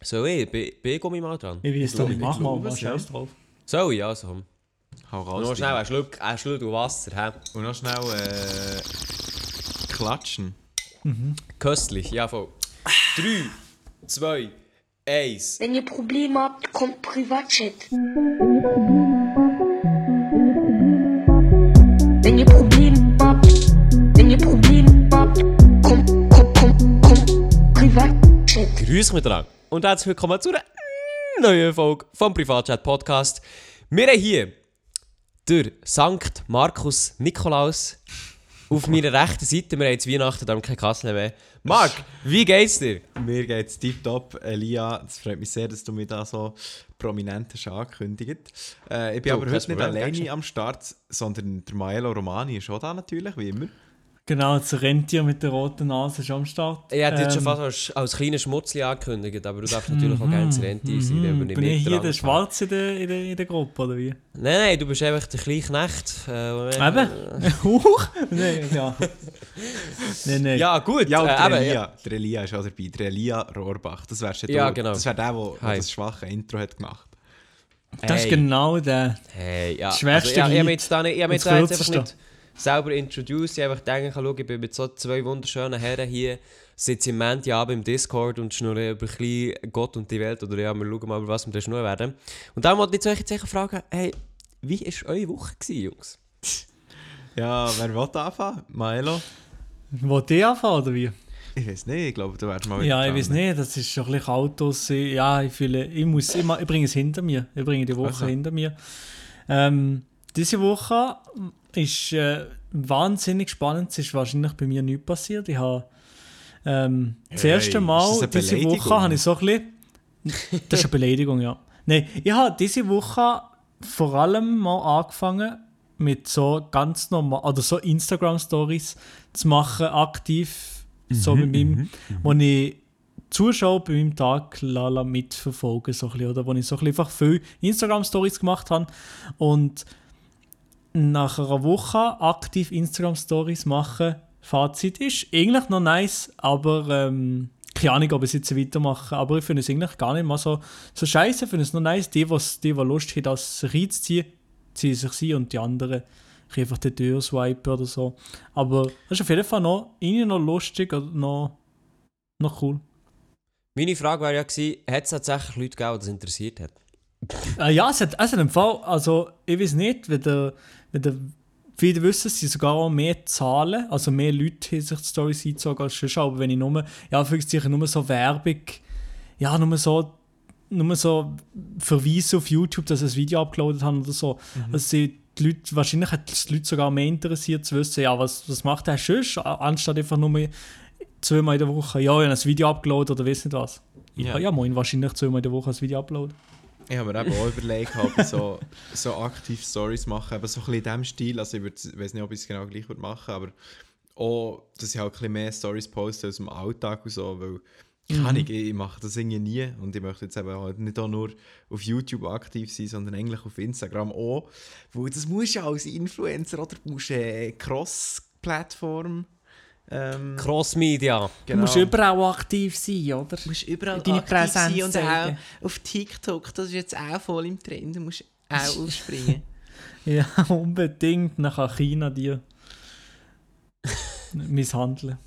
So, ich komme mal dran. Ich weiß doch nicht, mach mal, was scheiß drauf. So, ja, so. Hau raus. Noch schnell einen Schluck Wasser, hä? Und noch schnell klatschen. Köstlich, ja voll. 3, 2, 1. Wenn ihr Probleme habt, kommt Privatchat. Wenn ihr Probleme habt, kommt Privatchat. Grüß miteinander und herzlich willkommen zu einer neuen Folge vom Privatchat Podcast. Wir haben hier der Sankt Markus Nikolaus auf meiner rechten Seite. Wir haben jetzt Weihnachten, darum keine Kassel mehr. Marc, wie geht's dir? Mir geht's tipptopp. Elia, es freut mich sehr, dass du mich da so prominent hast angekündigt. Ich bin aber heute nicht alleine am Start, sondern der Maelo Romani ist auch da natürlich, wie immer. Genau, das Rentier mit der roten Nase ist am Start. Ich hätte jetzt schon fast als kleiner Schmutzli angekündigt, aber du darfst natürlich auch gerne das Rentier sein, wenn wir nicht Bin ich hier der dran Schwarze in der Gruppe, oder wie? Nein, du bist einfach der kleine Knecht. Eben? Huch! Nein, ja. Nein. Ja, gut. Ja, und der eben, Elia. Der Elia ist auch dabei. Der Elia Rohrbach. Das wärst Ja, du. genau. Das wäre der, der Hi. das schwache Intro hat gemacht. Das ist genau der. Hey, ja. Das schwerste ich habe mich Lied. jetzt, da nicht, ich hab mich Das jetzt einfach kürzeste. nicht selber introduced. Ich habe einfach gedacht, schau, ich bin mit so zwei wunderschönen Herren hier, sitze im Montagabend im Discord und schnurre über ein bisschen Gott und die Welt. Oder ja, wir schauen mal, über was wir da schnurren werden. Und dann wollte ich euch jetzt fragen, hey, wie war eure Woche, Jungs? Ja, wer will anfangen? Maelo? Wollt ihr anfangen, oder wie? Ich weiß nicht, ich glaube, du wärst mal Ja, ich dran. weiß nicht, das ist schon ein bisschen kalt draussen. Ja, ich fühle, ich bringe es hinter mir. Ich bringe die Woche Also. hinter mir. Diese Woche ist wahnsinnig spannend. Es ist wahrscheinlich bei mir nichts passiert. Ich habe das erste Mal ist das eine diese Beleidigung? Woche habe ich so ein bisschen... Das ist eine Beleidigung, ja. Nein, ich habe diese Woche vor allem mal angefangen mit so ganz normal, oder so Instagram-Stories zu machen, aktiv, so mit meinem, wo ich Zuschauer bei meinem Tag mitverfolgen, so ein bisschen, oder wo ich so ein bisschen einfach viele Instagram-Stories gemacht habe und nach einer Woche aktiv Instagram-Stories machen, Fazit ist eigentlich noch nice, aber keine Ahnung, ob ich es jetzt weitermache, aber ich finde es eigentlich gar nicht mal so scheiße, ich finde es noch nice, die Lust haben, das reinzuziehen, ziehen sich sie und die anderen können einfach die Tür swipen oder so. Aber das ist auf jeden Fall noch lustig oder noch cool. Meine Frage wäre ja gewesen, hat es tatsächlich Leute gegeben, die das interessiert hat? Ja, es hat einen Fall, also ich weiß nicht, viele wissen, es sind sogar auch mehr Zahlen, also mehr Leute haben sich die Storys eingezogen als schon, aber wenn ich nur so Werbung, ja, nur so Verweise auf YouTube, dass sie ein Video uploadet haben oder so, also wahrscheinlich hat es die Leute sogar mehr interessiert zu wissen, ja, was macht der schon, anstatt einfach nur 2-mal in der Woche, ja, ich habe ein Video uploadet oder weiss nicht was. Ja. Ja, moin, wahrscheinlich 2-mal in der Woche ein Video uploaden. Ich habe mir eben auch überlegt, ob ich so aktiv Stories mache, aber so ein bisschen in diesem Stil. Also ich weiß nicht, ob ich es genau gleich machen würde, aber auch, dass ich halt ein bisschen mehr Stories poste aus dem Alltag und so, weil ich mache das irgendwie nie und ich möchte jetzt eben halt nicht auch nur auf YouTube aktiv sein, sondern eigentlich auf Instagram auch, weil das musst du ja als Influencer, oder du musst Cross-Plattform Cross-Media. Du musst überall aktiv sein, oder? Du musst überall Deine aktiv sein Präsenz und zeigen. auch auf TikTok, das ist jetzt auch voll im Trend, du musst auch aufspringen. Ja, unbedingt nach China dir misshandeln.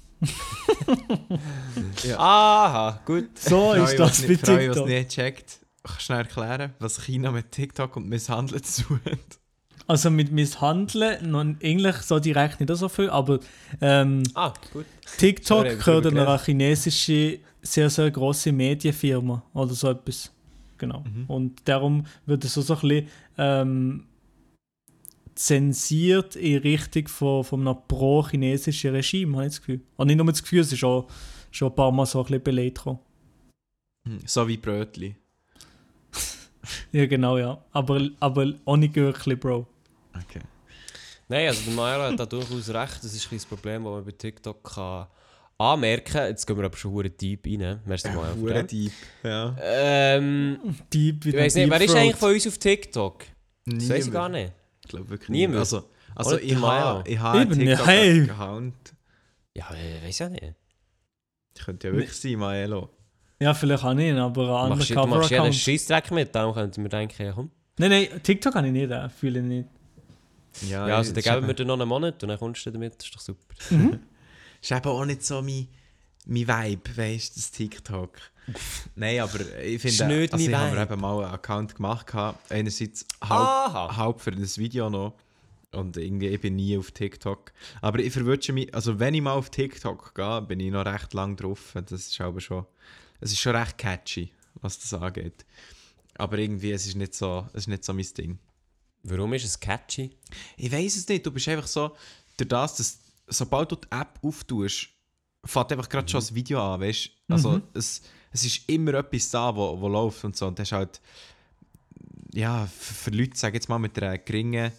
Aha, gut. So ist das bei Frau, die es TikTok. nicht checkt, kannst du schnell erklären, was China mit TikTok und Misshandeln zu tun hat? Also mit Misshandeln noch eigentlich so direkt nicht so viel, aber Gut. TikTok Sorry, gehört ich einer chinesischen, sehr, sehr grosse Medienfirma oder so etwas. Genau. Und darum wird es so ein bisschen zensiert in Richtung von einem pro-chinesischen Regime, habe ich das Gefühl. Und nicht nur das Gefühl, es ist schon ein paar Mal so ein bisschen beleidigt gekommen. So wie Brötli. Ja, genau, ja. Aber ohne Gürkli, Bro. Okay. Nein, also der Mario hat da durchaus recht. Das ist ein kleines Problem, das man bei TikTok kann anmerken kann. Jetzt gehen wir aber schon hure deep rein. Merci mal. Hure Deep. Ja. Deep Ich weiss nicht, wer ist eigentlich von uns auf TikTok? Das weiss ich gar nicht. Ich glaube wirklich Niemand? nicht. Also Oder ich habe Eben, einen hey. TikTok-Account. Ja, ich weiss ja nicht. Das könnte ja wirklich sein, Maelo. Ja, vielleicht auch nicht, aber ein Du machst jeden Undercover-Account. Scheissdreck mit, darum könnten wir denken, ja komm. Nein, TikTok kann ich nicht, fühle ich nicht. Ja, also dann ist geben wir eben- dir noch einen Monat und dann kommst du damit, das ist doch super. Ist eben auch nicht so mein Vibe, weißt du, das TikTok. Nein, aber ich Ist finde, nicht also ich mein habe mir Vibe. eben mal einen Account gemacht. Einerseits Aha. halb für das Video noch. Und irgendwie, ich bin nie auf TikTok. Aber ich verwünsche mich, also wenn ich mal auf TikTok gehe, bin ich noch recht lang drauf. Das ist aber schon, es ist schon recht catchy, was das angeht. Aber irgendwie, es ist nicht so mein Ding. Warum ist es catchy? Ich weiß es nicht, du bist einfach so, durch das, dass sobald du die App auftust, fängt einfach gerade schon das Video an, weißt du? Also es ist immer etwas da, wo läuft und so. Und das ist halt, ja, für Leute, sag jetzt mal, mit einer geringen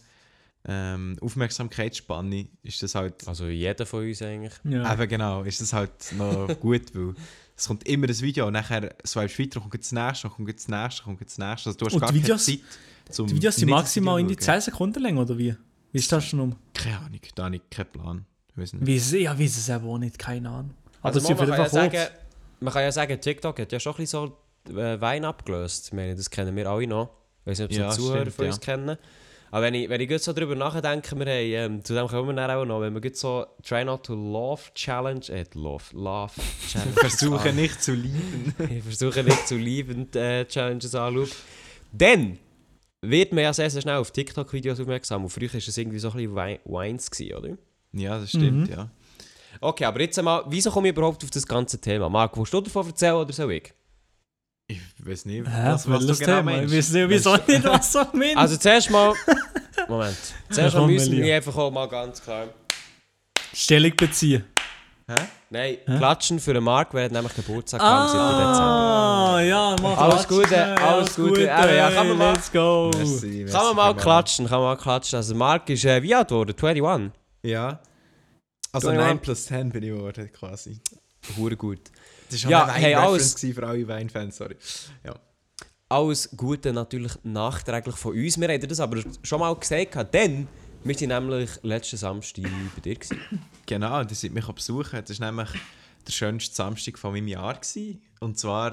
Aufmerksamkeitsspanne ist das halt, Also jeder von uns eigentlich. Ja. eben genau, ist das halt noch gut, weil es kommt immer das Video und nachher swipest du weiter, kommt das nächste, kommt das nächste, kommt das nächste. Also du hast Und gar die Videos- keine Zeit, zum Die Videos sind nicht das maximal Video in die schauen. 10 Sekunden lang, oder wie? Wie ist das schon um? Keine Ahnung, da habe ich keinen Plan. Ich weiss nicht. Ja, weiß es eben auch nicht, keine Ahnung. Aber Also es ist auf man, jeden kann Fall ja kurz. sagen, man kann ja sagen, TikTok hat ja schon ein bisschen so Wein abgelöst. Ich meine, das kennen wir alle noch. Ich weiß nicht, ob es Ja, noch Zuhörer stimmt, von uns ja. kennen. Aber wenn ich gut so darüber nachdenke, wir haben, zu dem kommen wir dann auch noch, wenn wir gut so Try Not to Love Challenge, Love Challenge. Versuche nicht zu lieben. Ich versuche nicht zu lieben Challenges anschauen. Dann wird man ja sehr, sehr schnell auf TikTok-Videos aufmerksam. Und früher war es irgendwie so ein bisschen Wines, oder? Ja, das stimmt, ja. Okay, aber jetzt einmal, wieso komme ich überhaupt auf das ganze Thema? Marc, willst du davon erzählen oder soll ich? Ich weiß nicht, Was was du das genau Thema? Ich meinst. weiß nicht, wieso nicht, was so meinst. Also zuerst mal... Moment. Zuerst mal komm, müssen Elia. wir einfach auch mal ganz klar... Stellung beziehen. Nein, klatschen für den Marc, wer hat nämlich Geburtstag am 7. Dezember. Ah, ja, mach Alles klatschen. Gute, alles Gute. Ja, kann man mal- Let's go. Merci, Kann man mal vielmals. klatschen, Also Marc ist wie alt geworden? 21? Ja. Also Du, 9 ja. plus 10 bin ich geworden, quasi. Hure gut. Das war Ja, eine hey, Wein-Reference alles- gewesen für alle Weinfans, sorry. Ja. Alles Gute natürlich nachträglich von uns. Wir haben dir das aber schon mal gesagt, denn wir waren nämlich letzten Samstag bei dir. Gewesen. Genau, die sind mich besuchen. Das war nämlich der schönste Samstag von meinem Jahr. Gewesen. Und zwar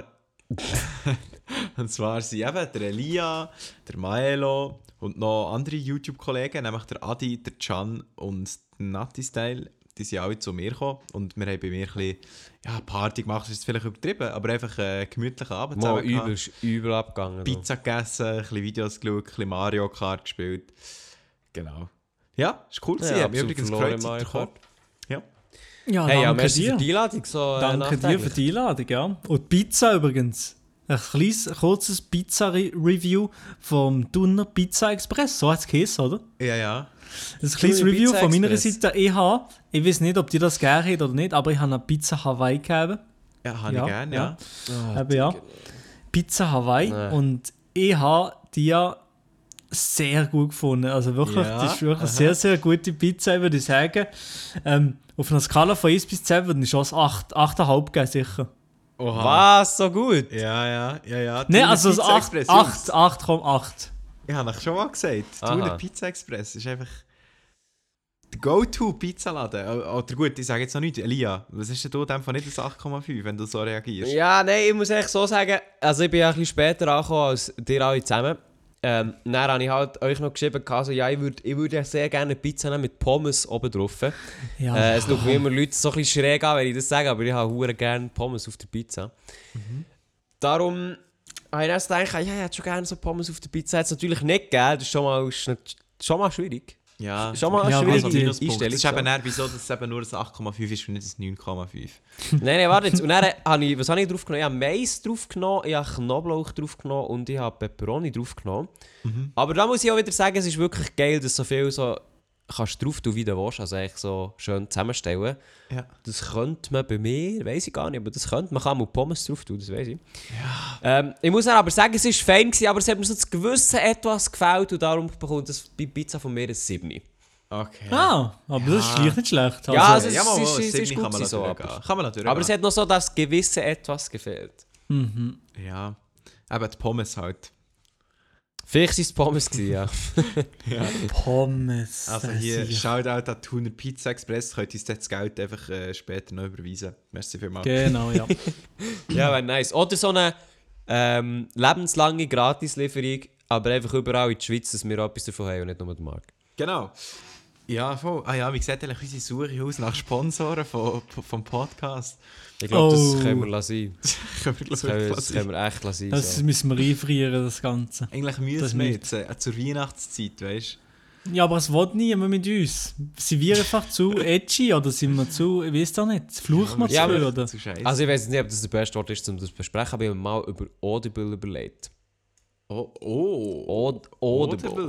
sind eben der Elia, der Maelo und noch andere YouTube-Kollegen, nämlich der Adi, der Can und der Natti-Style. Die sind alle zu mir gekommen und wir haben bei mir ein bisschen Party gemacht, das ist vielleicht übertrieben, aber einfach einen gemütlichen Abend Mal zusammen gehabt. übel abgegangen. du. Pizza gegessen, ein bisschen Videos geschaut, ein bisschen Mario Kart gespielt. Genau. Ja, ist cool. Ja, Ja, ich habe mich absolut übrigens verloren gefreut, Mario seid ihr gekommen. Ja. Ja, Hey, ja, danke merci dir. für die Einladung. So, Danke dir nachträglich. für die Einladung, ja. Und die Pizza übrigens. Ein kleines, kurzes Pizza-Review vom Thuner Pizza Express. So hat es geheißen, oder? Ja. Ein kleines Thuner Review Pizza von meiner Express. Seite. Ich weiß nicht, ob die das gerne haben oder nicht, aber ich habe eine Pizza Hawaii gegeben. Ja, habe Ja, ich gerne, ja. Eben, ja. Pizza Hawaii. Nee. Und ich habe die ja sehr gut gefunden. Also wirklich, Ja, das ist wirklich eine aha. sehr, sehr gute Pizza, würde ich sagen. Auf einer Skala von 1 bis 10 würde ich schon ein 8,5 geben, sicher. Oha. Was? So gut? Ja. Nein, Thuner also Pizza ein Express, Jungs. 8,8. Ich habe euch schon mal gesagt, Aha. Thuner Pizza Express ist einfach der Go-To-Pizzaladen. Oder gut, ich sage jetzt noch nicht, Elia, was ist denn du in dem Fall nicht das 8,5, wenn du so reagierst? Ja, nein, ich muss echt so sagen, also ich bin ja ein bisschen später angekommen als dir alle zusammen. Dann habe ich halt euch noch geschrieben, also, ja, ich würd ja sehr gerne eine Pizza nehmen mit Pommes oben drauf. Ja. Es schauen mir immer Leute so ein bisschen schräg an, wenn ich das sage, aber ich habe hure gerne Pommes auf der Pizza. Darum habe ich erst gedacht, ja, ich hätte schon gerne so Pommes auf der Pizza. Hat es natürlich nicht gegeben, das ist schon mal schwierig. Ja, Schon mal Ja, schwierig. also die Minuspunkt. Einstellung, Das ist eben so. dann, wieso das eben nur ein 8,5 ist und nicht ein 9,5. Nein, warte jetzt. Und dann habe ich, was habe ich drauf genommen? Ich habe Mais drauf genommen, ich habe Knoblauch drauf genommen und ich habe Pepperoni drauf genommen. Aber da muss ich auch wieder sagen, es ist wirklich geil, dass so viel so kannst drauf tun, wie du willst. Also eigentlich so schön zusammenstellen. Ja. Das könnte man bei mir, weiß ich gar nicht, aber das könnte man. Kann mal Pommes drauf tun, das weiß ich. Ich muss dann aber sagen, es war fein gewesen, aber es hat mir so das Gewisse etwas gefällt und darum bekommt das bei Pizza von mir ein 7. Okay. Ah, aber das ist gleich nicht schlecht. Ja, also ja, mal, es ist 7 gut kann man gewesen so, natürlich aber- gehen. Kann man natürlich Aber es gehen. hat noch so das gewisse etwas gefehlt. Ja, eben die Pommes halt. Vielleicht war es Pommes, ja. Pommes. Also hier, Shoutout an Thuner Pizza Express, könnt ihr uns das Geld einfach später noch überweisen. Merci vielmals. Genau, ja. Ja, wäre nice. Oder so eine lebenslange Gratislieferung, aber einfach überall in die Schweiz, dass wir etwas davon haben und nicht nur den Markt. Genau. Ja, voll. Ah ja, wie sieht eigentlich unsere Suche aus nach Sponsoren vom Podcast? Ich glaube, das Oh. können wir lassen. Können wir, Das glaub ich, können wir echt lassen. Das So. müssen wir einfrieren, das Ganze. Eigentlich Das müssen wir nicht. jetzt zur Weihnachtszeit, weißt Ja, aber es will niemand mit uns. Sind wir einfach zu edgy oder sind wir zu, ich weiß doch nicht, fluchen wir Ja, zu viel, aber- oder? Zu scheiße. Also ich weiß nicht, ob das der beste Ort ist, um das zu besprechen, aber ich habe mir mal über Audible überlegt. Audible. Audible.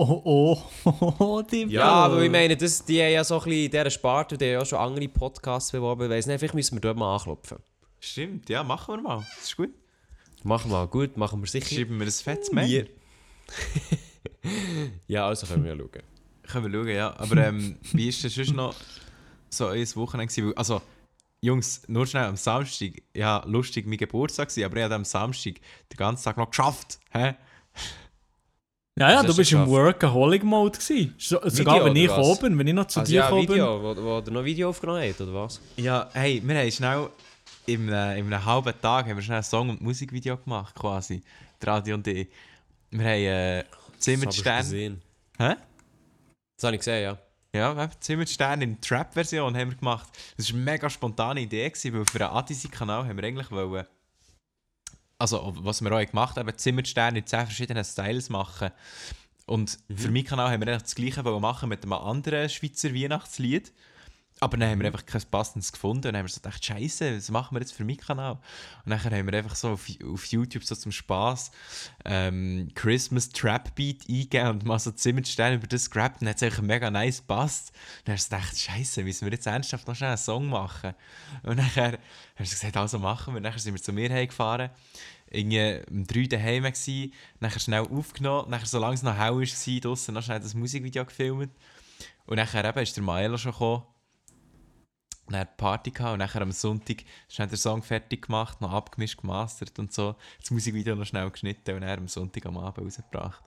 Die Ja, aber ich meine, die haben ja so ein bisschen in dieser Sparte, die haben ja auch schon andere Podcasts beworben. Ich weiss nicht, vielleicht müssen wir dort mal anklopfen. Stimmt, ja, machen wir mal. Das ist gut. Machen wir mal, gut, machen wir sicher. Schreiben wir ein fettes Mail. Ja, also können wir ja schauen. Können wir schauen, ja. Aber wie ist das sonst noch so ein Wochenende gewesen? Also, Jungs, nur schnell, am Samstag, ja, lustig, mein Geburtstag gewesen, aber ich habe am Samstag den ganzen Tag noch geschafft. Hä? Ja, Das du hast bist du im geschafft. Workaholic-Mode gewesen. Sogar Video, wenn ich oder was? gekommen bin, wenn ich noch zu Also dir ja, gekommen bin. Video, wo ihr noch Video aufgenommen habt, oder was? Ja, hey, wir haben schnell in einem halben Tag haben wir schnell ein Song- und Musikvideo gemacht, quasi. Die Radio und ich. Wir haben Zimmer Das habe ich Stern. gesehen. Hä? Das habe ich gesehen, ja. Ja, wir haben Zimmer Stern in Trap-Version haben wir gemacht. Das war eine mega spontane Idee, gewesen, weil für den Adisi-Kanal haben wir eigentlich wollen, also was wir auch gemacht haben, Zimmer Stern in 10 verschiedenen Styles machen. Und für meinen Kanal haben wir eigentlich das Gleiche wollen machen mit einem anderen Schweizer Weihnachtslied. Aber dann haben wir einfach kein passendes gefunden und dann haben wir so gedacht, Scheiße, was machen wir jetzt für meinen Kanal? Und dann haben wir einfach so auf YouTube so zum Spass Christmas Trap Beat eingegeben und mal so Zimmerstellen über das gerappt und dann hat es eigentlich mega nice gepasst. Und dann haben wir so gedacht, Scheiße, müssen wir jetzt ernsthaft noch schnell einen Song machen? Und dann haben wir gesagt, also machen wir. Und dann sind wir zu mir heimgefahren, irgendwie um 3 daheim gewesen, dann schnell aufgenommen, dann solange es noch hell war, draussen noch schnell das Musikvideo gefilmt. Und dann eben ist der Maelo schon gekommen. Dann eine Party gehabt und nachher am Sonntag schnell den Song fertig gemacht, noch abgemischt, gemastert und so. Das Musikvideo noch schnell geschnitten und dann am Sonntag am Abend rausgebracht.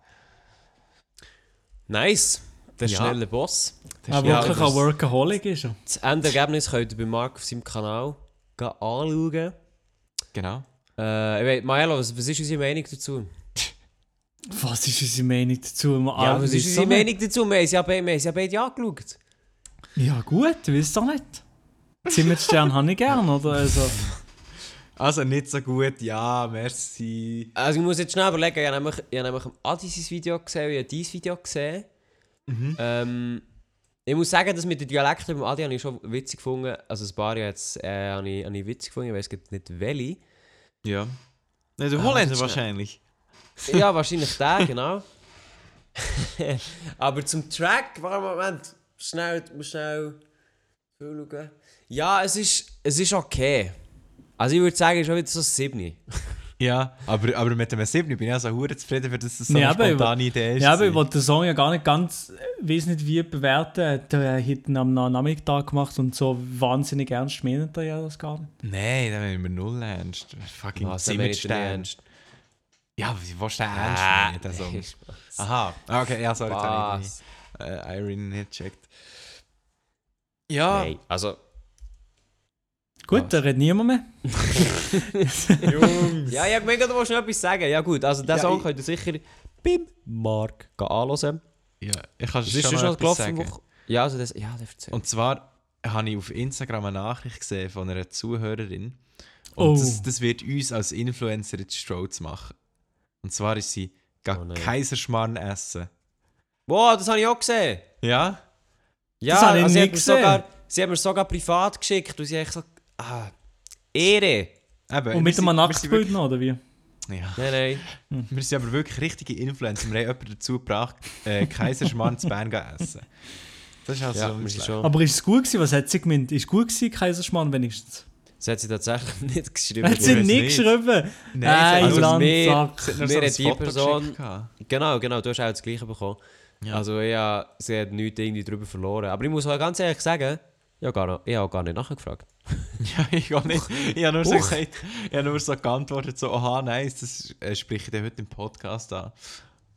Nice. Der Ja. schnelle Boss. Aber Ja, wirklich das- ein Workaholic ist er. Das Endergebnis könnt ihr bei Marc auf seinem Kanal anschauen. Genau. Ich weiß, Maelo, was ist unsere Meinung dazu? Was ist unsere Meinung dazu? Ja, was ist unsere Meinung dazu? Wir haben sie ja beide angeschaut. Ja gut, ich weiß doch nicht. Zimmerstern habe ich gern, oder? Also nicht so gut, ja, merci. Also ich muss jetzt schnell überlegen, ich habe nämlich Adis Video gesehen und ich habe dein Video gesehen. Ich muss sagen, dass mit den Dialekten beim Adi habe ich schon witzig gefunden. Also ein paar jetzt habe ich witzig gefunden, ich weiß nicht welche. Ja. Nein, der Holländer das ist wahrscheinlich. Ja, wahrscheinlich der, genau. Aber zum Track, warte mal, Moment. Muss schnell schauen. Ja, es ist okay. Also ich würde sagen, es ist schon wieder so 7. Ja, aber mit dem 7 bin ich also hure zufrieden, für das so Nee, eine aber spontane Idee ist. Ja, aber ich wollte den Song ja gar nicht ganz, weiß nicht wie, bewerten. Der hat ihn am Nachmittag gemacht und so wahnsinnig ernst meint er ja das gar nicht. Nein, da meinen wir null ernst. Fucking Was, das meine ich nicht Zimmerstern. ernst. Ja, wie willst du den ernst meinen? den Song? nee, Aha, okay, ja, sorry, jetzt habe ich Spaß. Irene nicht gecheckt. Ja, Nein, also... Gut, Was? da redet niemand mehr. Jungs. Ja, ich möchte noch schnell etwas sagen. Ja gut, also den Ja, Song ich- könnt ihr sicher beim Marc anhören. Ja, ich kann Das ist schon schon noch gelaufen. etwas sagen. Ja, also das... Ja, der erzählt. Und zwar habe ich auf Instagram eine Nachricht gesehen von einer Zuhörerin. Oh. Und das wird uns als Influencer jetzt stolz machen. Und zwar ist sie Oh nein. Kaiserschmarrn essen. Wow, das habe ich auch gesehen. Ja? Ja, Das habe ich also nicht gesehen. sie haben mir sogar privat geschickt und sie haben so... Ehre. Eben, Und mit einem wir sind Nacktbild noch, oder wie? wirklich- Ja. Nein. Wir sind aber wirklich richtige Influencer. Wir haben jemanden dazu gebracht, Kaiserschmarrn zu Bern gehen essen. Das ist also Ja, so wir sind schlecht. schon... Aber ist es gut gewesen? Was hat sie gemeint? Ist es gut gewesen, Kaiserschmarrn wenigstens? Das hat sie tatsächlich nicht geschrieben. Hat sie weiß nicht nicht. geschrieben? Nein, Ein sie hat also nur- Landsack. sie hat nur Mir so ein hat die Foto Person- geschickt gehabt. Genau, du hast auch das Gleiche bekommen. Ja. Also ja, sie hat nichts irgendwie darüber verloren. Aber ich muss auch ganz ehrlich sagen, ich habe gar nicht nachgefragt. Ja, ich auch nicht. Ich habe nur so Uch. gesagt, ich habe nur so geantwortet, so, aha, nice, das spreche ich dann heute im Podcast an.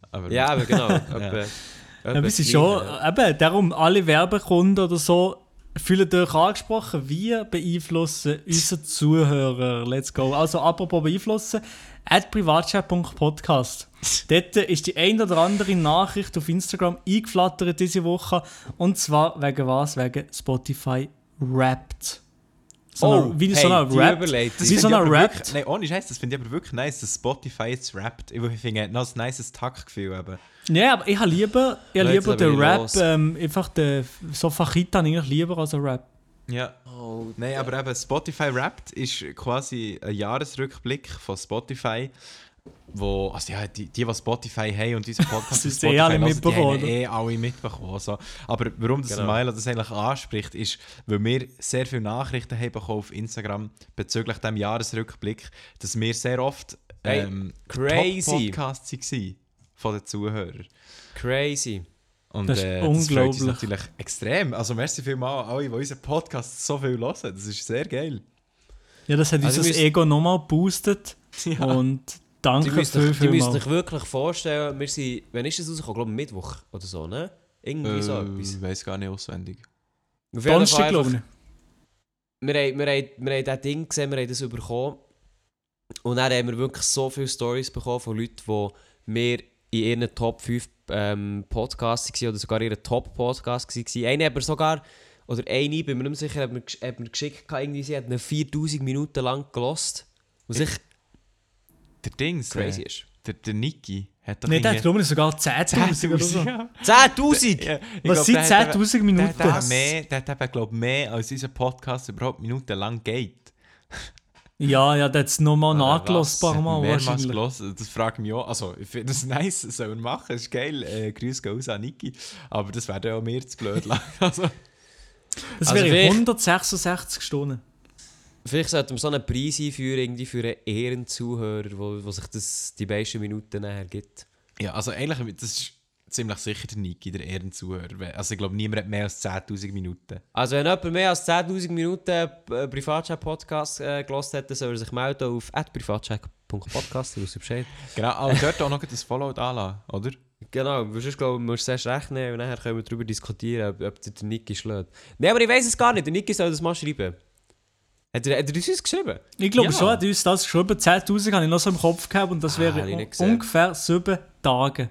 Aber Ja, aber genau. Ja, wir sind schon, eben, darum alle Werbekunden oder so fühlen euch angesprochen. Wir beeinflussen unsere Zuhörer. Let's go. Also apropos beeinflussen, @privatchat.podcast. Dort ist die ein oder andere Nachricht auf Instagram eingeflattert diese Woche. Und zwar wegen was? Wegen Spotify Wrapped. Wie so eine Wrapped. Wie so eine Wrapped. Nein, ohne Scheiß, das finde ich aber wirklich nice, dass Spotify jetzt rappt. Ich finde, es noch ein nices Taktgefühl. Aber. Ja, aber ich habe lieber Leute, den Rap, los. einfach den so Fachita eigentlich lieber als ein Rap. Ja. Nein, aber eben Spotify Wrapped ist quasi ein Jahresrückblick von Spotify, wo, also ja, die Spotify haben und unseren Podcast Sie auf sind alle hören, die mitbekommen, haben alle mitbekommen. So. Aber warum das Genau. Milo das eigentlich anspricht, ist, weil wir sehr viele Nachrichten haben bekommen auf Instagram bezüglich diesem Jahresrückblick, dass wir sehr oft crazy. Top-Podcasts waren von den Zuhörern. Crazy. Und Das ist das freut uns unglaublich. natürlich extrem. Also merci vielmals alle, die unseren Podcast so viel hören. Das ist sehr geil. Ja, das hat Also unser Ego nochmal geboostet. Ja. Und Die danke müsst viel euch mal. wirklich vorstellen, wir sind, wann ist das rausgekommen? Ich glaube Mittwoch oder so, ne? Irgendwie so etwas. Ich weiss gar nicht auswendig. Auf jeden Donnerstag, Fall glaube einfach- ich. wir haben das Ding gesehen, wir haben das bekommen. Und dann haben wir wirklich so viele Stories bekommen von Leuten, die wir in ihren Top 5 Podcasts waren oder sogar ihren Top-Podcast waren. Eine aber sogar, oder eine, bin mir nicht mehr sicher, hat mir geschickt, irgendwie, sie hat eine 4000 Minuten lang gelost. Was ich Der Dings, crazy ist. der Niki hat doch Nein, der hat glaube ich sogar 10'000 oder so. Ja. 10'000! Ja, ich Was glaub, sind der hat 10'000 eben- Minuten? Der hat eben, glaube ich, mehr als unser Podcast überhaupt minutenlang geht. Ja, der hat es nochmal Oder nachgelassen, was? ein paar Mal Mehrmals wahrscheinlich. gehört. Das frage ich mich auch. Also, ich finde das nice, soll er machen. Das ist geil. Grüß gehen raus an Niki. Aber das wäre ja auch mir zu blöd. Also, Das Also wäre vielleicht- 166 Stunden. Vielleicht sollten wir so einen Preis einführen irgendwie für einen Ehrenzuhörer, wo sich das die meisten Minuten nachher gibt. ja, also eigentlich, das ist ziemlich sicher der Niki, der Ehrenzuhörer. Also ich glaube, niemand hat mehr als 10'000 Minuten. Also wenn jemand mehr als 10'000 Minuten Privatchat-Podcast gehört hat, dann soll er sich melden auf @privatchat.podcast, du weißt Bescheid. Genau, aber dort auch noch das Follow anlassen, oder? Genau, weil sonst glaube ich, musst du es erst rechnen und nachher können wir darüber diskutieren, ob der Niki schlägt. Nein, aber ich weiss es gar nicht, der Niki soll das mal schreiben. Hat er das uns geschrieben? Ich glaube Ja. schon, hat uns das geschrieben. 10'000 habe ich noch so im Kopf gehabt und das habe ich wäre nicht gesehen. ungefähr 7 Tage.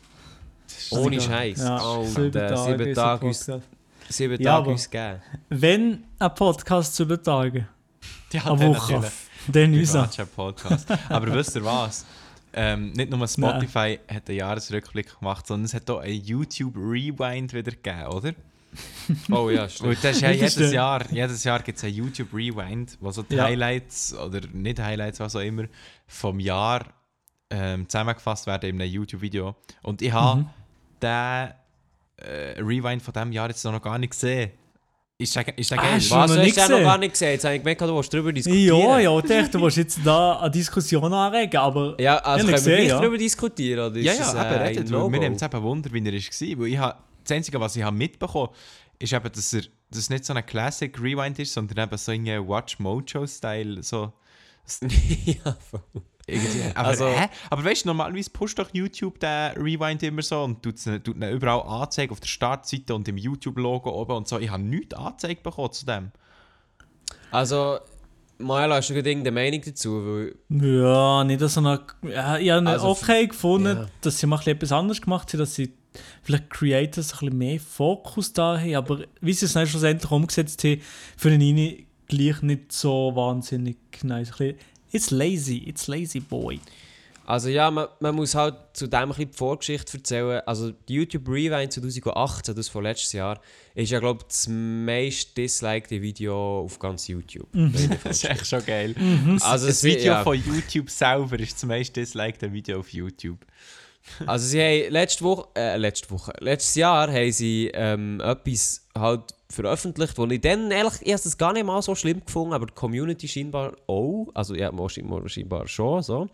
Ohne Scheiß. Ja, Oh, 7 der Tage. 7 ist Tage ein uns, Podcast. 7 Ja, Tage aber- uns geben. Wenn ein Podcast 7 Tage, Ja, eine dann Woche, natürlich. dann unser. Privatchat-Podcast. Aber wisst ihr was? Nicht nur Spotify hat einen Jahresrückblick gemacht, sondern es hat auch einen YouTube-Rewind wieder gegeben, oder? Oh ja, stimmt. Und das ist ja Wie ist jedes das? Jahr gibt es einen YouTube-Rewind, wo so die Ja. Highlights oder nicht Highlights, was auch immer, vom Jahr zusammengefasst werden in einem YouTube-Video. Und ich habe den Rewind von diesem Jahr jetzt noch gar nicht gesehen. Ist der geil? hast du Was, noch hast du nicht den noch gesehen? gar nicht gesehen? Jetzt habe ich gemerkt, du willst darüber diskutieren. Ja, ich dachte, du willst jetzt da eine Diskussion anregen, aber Ja, also Ehrlich können wir gesehen, nicht ja. darüber diskutieren? Oder ist Ja, das, ja, eben, redet. ein Weil No-Go? mir nimmt es eben Wunder, wie er war. Weil ich habe, das Einzige, was ich habe mitbekommen habe, ist eben, dass es nicht so ein Classic Rewind ist, sondern eben so ein Watch Mojo-Style. So. ja, voll. Irgendwie. Aber, Also- aber weißt du, normalerweise pusht doch YouTube den Rewind immer so und tut ihn überall anzeigen auf der Startseite und im YouTube-Logo oben und so. Ich habe nichts angezeigt bekommen zu dem. Also, Maela, hast du gerade irgendeine Meinung dazu? Weil, ja, nicht so eine. Ja, ich habe Also, okay gefunden, ja. dass sie mal etwas anderes gemacht haben, dass sie vielleicht Creators ein bisschen mehr Fokus da haben, aber wie sie es dann schlussendlich umgesetzt haben, für den Ini gleich nicht so wahnsinnig nice. Ein bisschen, it's lazy boy. also ja, man muss halt zu dem ein bisschen die Vorgeschichte erzählen. Also, die YouTube Rewind 2018, das von letztes Jahr, ist ja, glaube ich, das meist dislikte Video auf ganz YouTube. Das ist echt schon geil. Also, Das es- Video ja. von YouTube selber ist das meist disliked Video auf YouTube. Also sie haben letztes Jahr haben sie etwas halt veröffentlicht, wo ich dann ehrlich, ich habe das gar nicht mal so schlimm gefunden, aber die Community scheinbar auch, also ja, scheinbar schon so,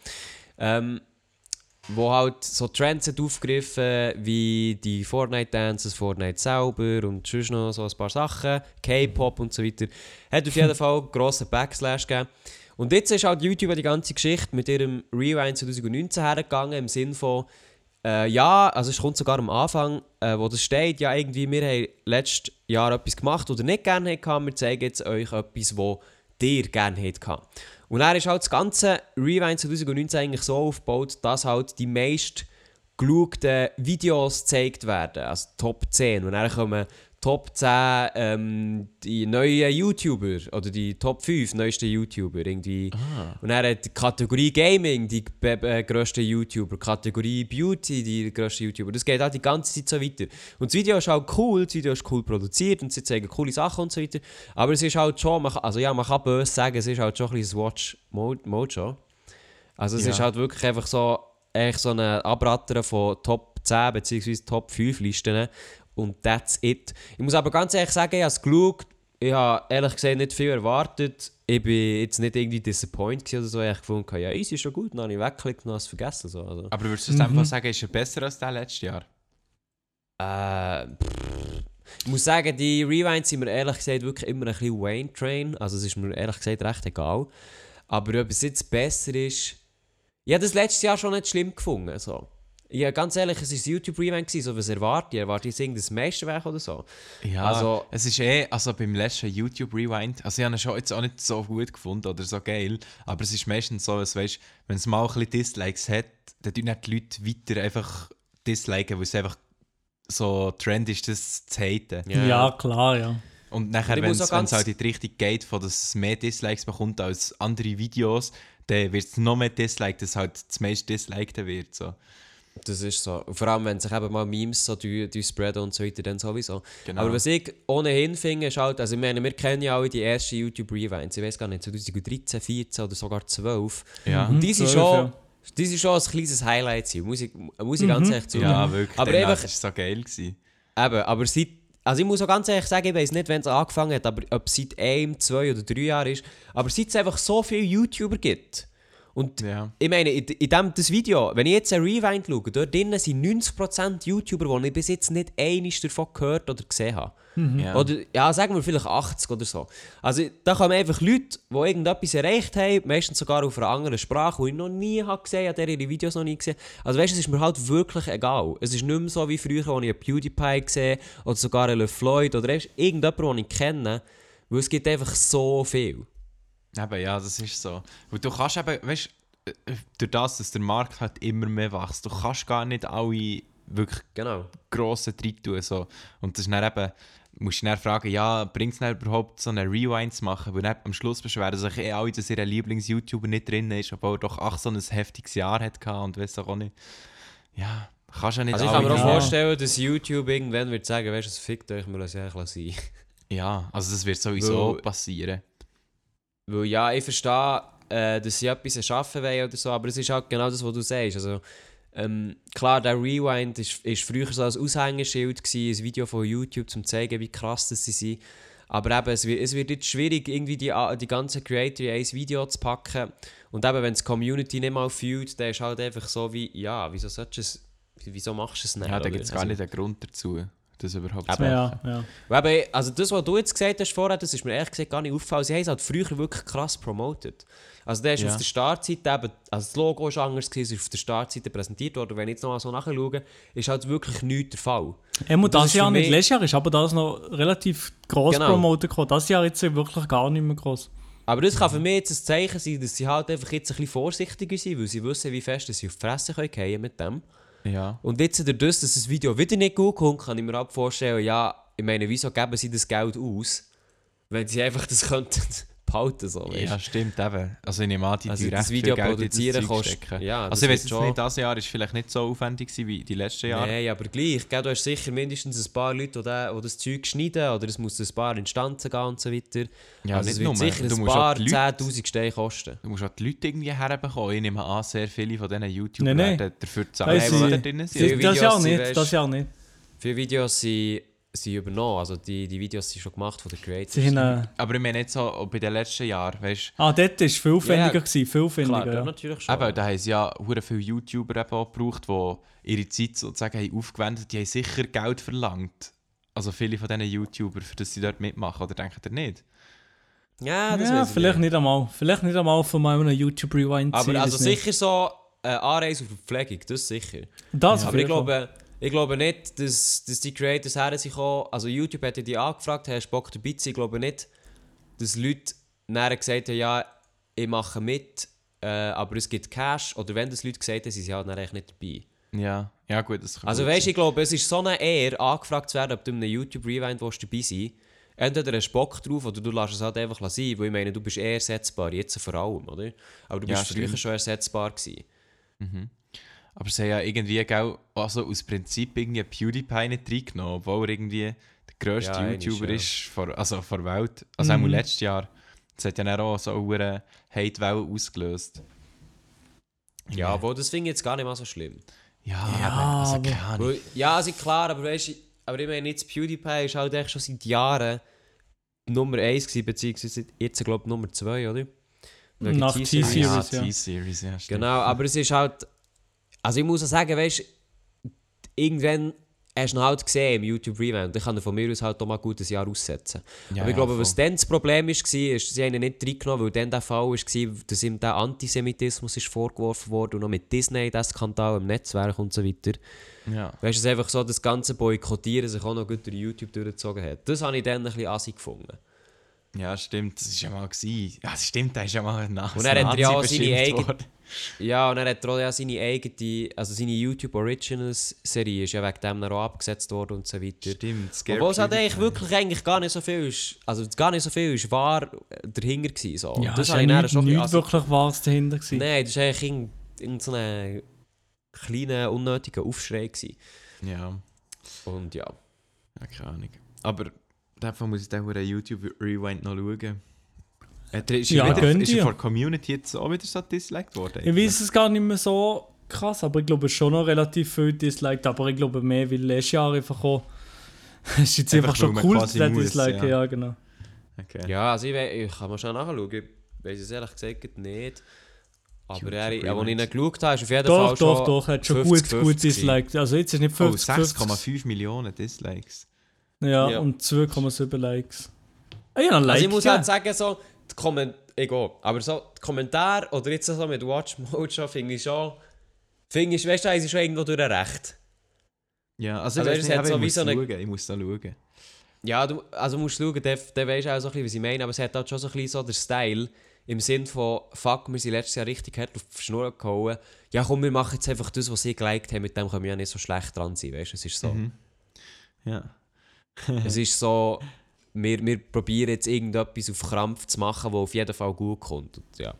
wo halt so Trends hat aufgegriffen, wie die Fortnite-Dances, Fortnite selber und sonst noch so ein paar Sachen, K-Pop und so weiter. Hat auf jeden Fall einen grossen Backslash gegeben. Und jetzt ist halt YouTube die ganze Geschichte mit ihrem Rewind 2019 hergegangen, im Sinne von, Ja, also es kommt sogar am Anfang, wo das steht, ja irgendwie, wir haben letztes Jahr etwas gemacht, oder nicht gerne hatten, wir zeigen jetzt euch etwas, was ihr gerne habt. Und dann ist halt das ganze Rewind 2019 eigentlich so aufgebaut, dass halt die meist geschauten Videos gezeigt werden, also Top 10. Und dann kommen Top 10 die neuen YouTuber oder die Top 5 neuesten YouTuber irgendwie. Und dann hat die Kategorie Gaming die grössten YouTuber, Kategorie Beauty die grössten YouTuber. Das geht halt die ganze Zeit so weiter. Und das Video ist halt cool, das Video ist cool produziert und sie zeigen coole Sachen und so weiter. Aber es ist halt schon, man kann böse sagen, es ist halt schon ein bisschen Watch-Mojo. Also es ist halt wirklich einfach so ein Abrattern von Top 10 bzw. Top 5 Listen. Und that's it. Ich muss aber ganz ehrlich sagen, ich habe es geschaut. Ich habe ehrlich gesagt nicht viel erwartet. Ich bin jetzt nicht irgendwie disappointed oder so. Ich habe gefunden, ja, easy ist schon gut. Dann habe ich weggeklickt und habe es vergessen. So. Also. Aber würdest du einfach sagen, ist er besser als der letztes Jahr? Ich muss sagen, die Rewinds sind mir ehrlich gesagt wirklich immer ein bisschen Wayne Train. Also es ist mir ehrlich gesagt recht egal. Aber ob es jetzt besser ist... Ich habe das letztes Jahr schon nicht schlimm gefunden. So. Ja, ganz ehrlich, es war ein YouTube-Rewind, so was erwarte ich. Erwarte ich irgendein Meisterwerk oder so? Ja, also, es ist also beim letzten YouTube-Rewind, also ich habe ihn schon jetzt auch nicht so gut gefunden oder so geil, aber es ist meistens so, dass, weißt, wenn es mal ein bisschen Dislikes hat, dann tun nicht die Leute weiter einfach disliken, weil es einfach so Trend ist, das zu haten. Ja, klar, ja. Und nachher, wenn es halt in die Richtung geht, von dass es mehr Dislikes bekommt als andere Videos, dann wird es noch mehr disliked, dass halt das meiste Disliked wird. So. Das ist so. Und vor allem, wenn sich eben mal Memes so spreaden und so weiter, dann sowieso. Genau. Aber was ich ohnehin finde, ist halt, also ich meine, wir kennen ja alle die ersten YouTube-Rewinds, ich weiß gar nicht, 2013, 14 oder sogar 12. Ja. Und die sind 12, schon... ja. Das ist schon ein kleines Highlight, muss ich ganz ehrlich zugeben. Ja, wirklich. Aber Das einfach, war so geil gewesen. eben, aber seit... Also ich muss auch ganz ehrlich sagen, ich weiß nicht, wenn es angefangen hat, aber ob es seit 1, 2 oder 3 Jahren ist, aber seit es einfach so viele YouTuber gibt. Und Ja. ich meine, in das Video, wenn ich jetzt ein Rewind schaue, dort drinnen sind 90% YouTuber, die ich bis jetzt nicht einiges davon gehört oder gesehen habe. Ja. Oder, ja, sagen wir vielleicht 80 oder so. Also da kommen einfach Leute, die irgendetwas erreicht haben, meistens sogar auf einer anderen Sprache, die ich noch nie habe gesehen habe, ihre Videos noch nie gesehen. Also weißt du, es ist mir halt wirklich egal. Es ist nicht mehr so wie früher, als ich einen PewDiePie gesehen oder sogar einen LeFloid oder irgendjemanden, den ich kenne, weil es gibt einfach so viel. Eben, ja, das ist so. Und du kannst eben, weißt du, durch das, dass der Markt halt immer mehr wächst, du kannst gar nicht alle wirklich Genau. grossen rein tun. So. Und das ist dann eben, musst du dann fragen, ja, bringt es dann überhaupt so einen Rewind zu machen? Weil dann am Schluss beschweren sich alle, dass ihr Lieblings-YouTuber nicht drin ist, obwohl er doch so ein heftiges Jahr hatte und weiss auch nicht. Ja, kannst ja nicht Also ich alle kann mir auch rein. vorstellen, dass YouTube irgendwann wird sagen, weißt du, es fickt euch, wir lassen es eigentlich sein. Ja, also das wird sowieso Weil- passieren. Weil ja, ich verstehe, dass sie etwas erschaffen wollen oder so, aber es ist halt genau das, was du sagst. Also, klar, der Rewind ist früher so ein Aushängeschild gewesen, ein Video von YouTube, um zu zeigen, wie krass das sie sind. Aber eben, es wird jetzt schwierig, irgendwie die ganzen Creator in ein Video zu packen. Und eben, wenn die Community nicht mal fühlt, dann ist halt einfach so wie, ja, wieso machst du es nicht? Ja, da oder? gibt es gar nicht einen Grund dazu, das überhaupt zu Eben. machen. Ja. Aber eben, also das, was du jetzt gesagt hast vorher, das ist mir ehrlich gesagt gar nicht aufgefallen. Sie haben es halt früher wirklich krass promotet. Also der ist Ja. auf der Startseite eben, also das Logo war anders, es ist auf der Startseite präsentiert worden. Wenn ich jetzt noch mal so nachschaue, ist halt wirklich nichts der Fall. Das ist Jahr für nicht, mich- letztes Jahr ist aber das noch relativ gross Genau. promotet gekommen. Das Jahr jetzt wirklich gar nicht mehr gross. Aber das kann für mich jetzt ein Zeichen sein, dass sie halt einfach jetzt ein bisschen vorsichtiger sind, weil sie wissen, wie fest dass sie auf die Fresse fallen können mit dem. Ja. Und jetzt dadurch, dass das Video wieder nicht gut kommt, kann ich mir auch vorstellen, ja, ich meine, wieso geben sie das Geld aus, wenn sie einfach das könnten behalten, so, weißt? Ja, stimmt eben. Also ich nehme an, die Also tun das recht Video viel Geld in das produzieren Zeug kostet- stecken. ja, das also ich weiß wird jetzt schon- nicht, dieses Jahr ist vielleicht nicht so aufwendig gewesen wie die letzten Jahre. Nein, aber gleich. Gell, du hast sicher mindestens ein paar Leute, die das Zeug schneiden oder es muss ein paar Instanzen gehen und so weiter. Ja, Also es nicht wird nur. sicher Du ein musst auch paar die Leute- 10'000 Steine kosten. Du musst auch die Leute irgendwie herbekommen. Ich nehme an, sehr viele von diesen YouTubern Nein. werden dafür zahlen, Weiss die ich- da drin sind. Viele Das Jahr Videos sind, nicht, weisst- das Jahr nicht. Viele Videos sind übernommen. Also die Videos sind schon gemacht von den Creators. Sie haben, Aber ich meine jetzt so bei den letzten Jahren, weißt dort war es viel aufwendiger. Ja, Viel Klar, aufwendiger, ja. ja. natürlich schon. du, da haben sie ja hure viele YouTuber eben auch gebraucht, die ihre Zeit sozusagen haben aufgewendet. Die haben sicher Geld verlangt. Also viele von diesen YouTubern, für das sie dort mitmachen. Oder denkt ihr nicht? Ja, das Ja, weiss ich vielleicht nicht einmal. Vielleicht nicht einmal von meinem YouTube-Rewind. Aber also sicher so Anreise und Verpflegung, das sicher. Das Aber auf jeden Fall. ich glaube nicht, dass die Creators her sind gekommen. Also YouTube hat ja die angefragt, hast du Bock dabei zu sein? Ich glaube nicht, dass Leute nachher gesagt haben, ja, ich mache mit, aber es gibt Cash. Oder wenn das Leute gesagt haben, sind sie halt dann eigentlich nicht dabei. Ja gut, das kann Also gut weißt du, sein. ich glaube, es ist so eine Ehre, angefragt zu werden, ob du in einem YouTube-Rewind dabei sein. Entweder hast du Bock drauf oder du lässt es halt einfach sein, weil ich meine, du bist eher ersetzbar, jetzt vor allem, oder? Aber du Ja, bist früher stimmt. schon ersetzbar gewesen. Aber sie haben ja irgendwie auch also aus Prinzip irgendwie PewDiePie nicht reingenommen, obwohl er irgendwie der grösste Ja, eigentlich YouTuber schon. ist vor der Welt. Also auch letztes Jahr. Das hat ja dann auch so eine Hate-Welle ausgelöst. Ja, aber das finde ich jetzt gar nicht mal so schlimm. Ja, aber- keine Ahnung. Weil, ja, also klar, aber weißt du, aber ich meine, jetzt PewDiePie ist halt echt schon seit Jahren Nummer 1 gewesen, beziehungsweise jetzt, glaube ich, Nummer 2, oder? Wegen Nach T-Series. T-Series. Ja, ja. T-Series, ja, stimmt. Genau, aber es ist halt. Also ich muss auch sagen, weißt du, irgendwann hast du ihn halt gesehen im YouTube Rewind. Dann kann er von mir aus halt auch mal gut ein Jahr aussetzen. Ja, aber ich glaube, voll. was dann das Problem war, ist, sie haben ihn nicht reingenommen, weil dann der Fall war, dass ihm der Antisemitismus ist vorgeworfen wurde und noch mit Disney, der Skandal im Netzwerk und so weiter. Ja. Weißt du, es ist einfach so, das ganze Boykottieren sich auch noch gut durch YouTube durchgezogen hat. Das habe ich dann ein bisschen assig gefunden. Ja, stimmt, das war ja mal. Ja, stimmt, da ist ja mal ein Nazi Und er hat ja auch seine beschimpft eigene- worden. Ja, und er hat auch ja seine eigene, also seine YouTube Originals Serie ist ja wegen dem dann auch abgesetzt worden und so weiter. Stimmt, Scare Obwohl es halt eigentlich PewDiePie. wirklich eigentlich gar nicht so viel ist, also gar nicht so viel ist wahr dahinter gewesen. So. Ja, Und das habe war ich ja dann nicht, schon ein nicht bisschen wirklich Wahres dahinter gewesen. Nein, das war eigentlich irgend so ein kleiner, unnötiger Aufschrei gewesen. Ja, Und ja. keine Ahnung. Aber davon muss ich dann einen YouTube-Rewind noch schauen. Ist Ja, er gönnt ist er ihr. von der Community jetzt auch wieder so disliked worden? Ich weiß es gar nicht mehr so krass, aber ich glaube schon noch relativ viel disliked, aber ich glaube mehr, weil letztes Jahr einfach auch ist jetzt Einfach, einfach schon weil man cool, quasi der muss, Disliken, ja. ja genau. Okay. Ja, also ich kann mal schnell nachschauen. Ich weiß es ehrlich gesagt nicht. Aber YouTube als ich ihn Rewind. geschaut habe, ist auf jeden Fall Doch, er hat schon gut 50-50 disliked. Also jetzt ist nicht Oh, 50, 50. 6,5 Millionen Dislikes. Ja, Ja. und 2,7 Likes. Ah ja, ein Like. Also ich muss ja. halt sagen, so, ich gehe. Aber so die Kommentare oder jetzt so mit Watch Mode schon, finde ich schon, weißt du, haben sie schon irgendwo durch recht. Ja, also, Also ich, es weiß nicht, hat aber so ich, wie muss so eine- schauen. Ich muss da schauen. Ja, du musst schauen, der weisst auch so ein bisschen, was ich meine, aber es hat halt schon so ein bisschen so der Style, im Sinn von, fuck, wir sind letztes Jahr richtig hart auf die Schnur gehauen. Ja komm, wir machen jetzt einfach das, was sie geliked haben, mit dem können wir ja nicht so schlecht dran sein, weißt du, es ist so. Ja. Es ist so, wir probieren jetzt irgendetwas auf Krampf zu machen, was auf jeden Fall gut kommt. Und, ja.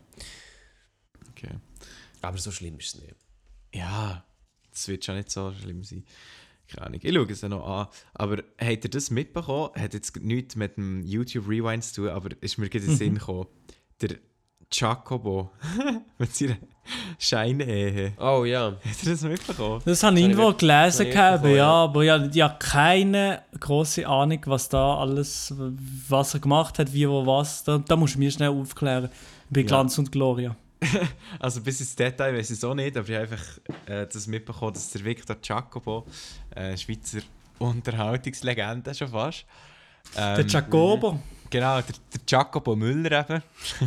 Okay. Aber so schlimm ist es nicht. Ja, das wird schon nicht so schlimm sein. Keine Ahnung. Ich schaue es ja noch an. Aber habt ihr das mitbekommen? Hat jetzt nichts mit dem YouTube Rewind zu tun, aber ist mir gerade in den Sinn gekommen. Der Jacobo mit seiner Scheinehe. Oh ja. Habt ihr das mitbekommen? Das habe ich ich irgendwo nicht- gelesen, das habe ich gehabt, mitbekommen, ja, ja. aber ich habe keine große Ahnung, was da alles, was er gemacht hat, wie, wo, was. Da musst du mir schnell aufklären. Bei Ja. Glanz und Gloria. Also bis ins Detail weiß ich es auch nicht, aber ich habe einfach das mitbekommen, dass der Victor Jacobo, Schweizer Unterhaltungslegende schon fast. Der Jacobo. Genau, der Jacobo Müller eben.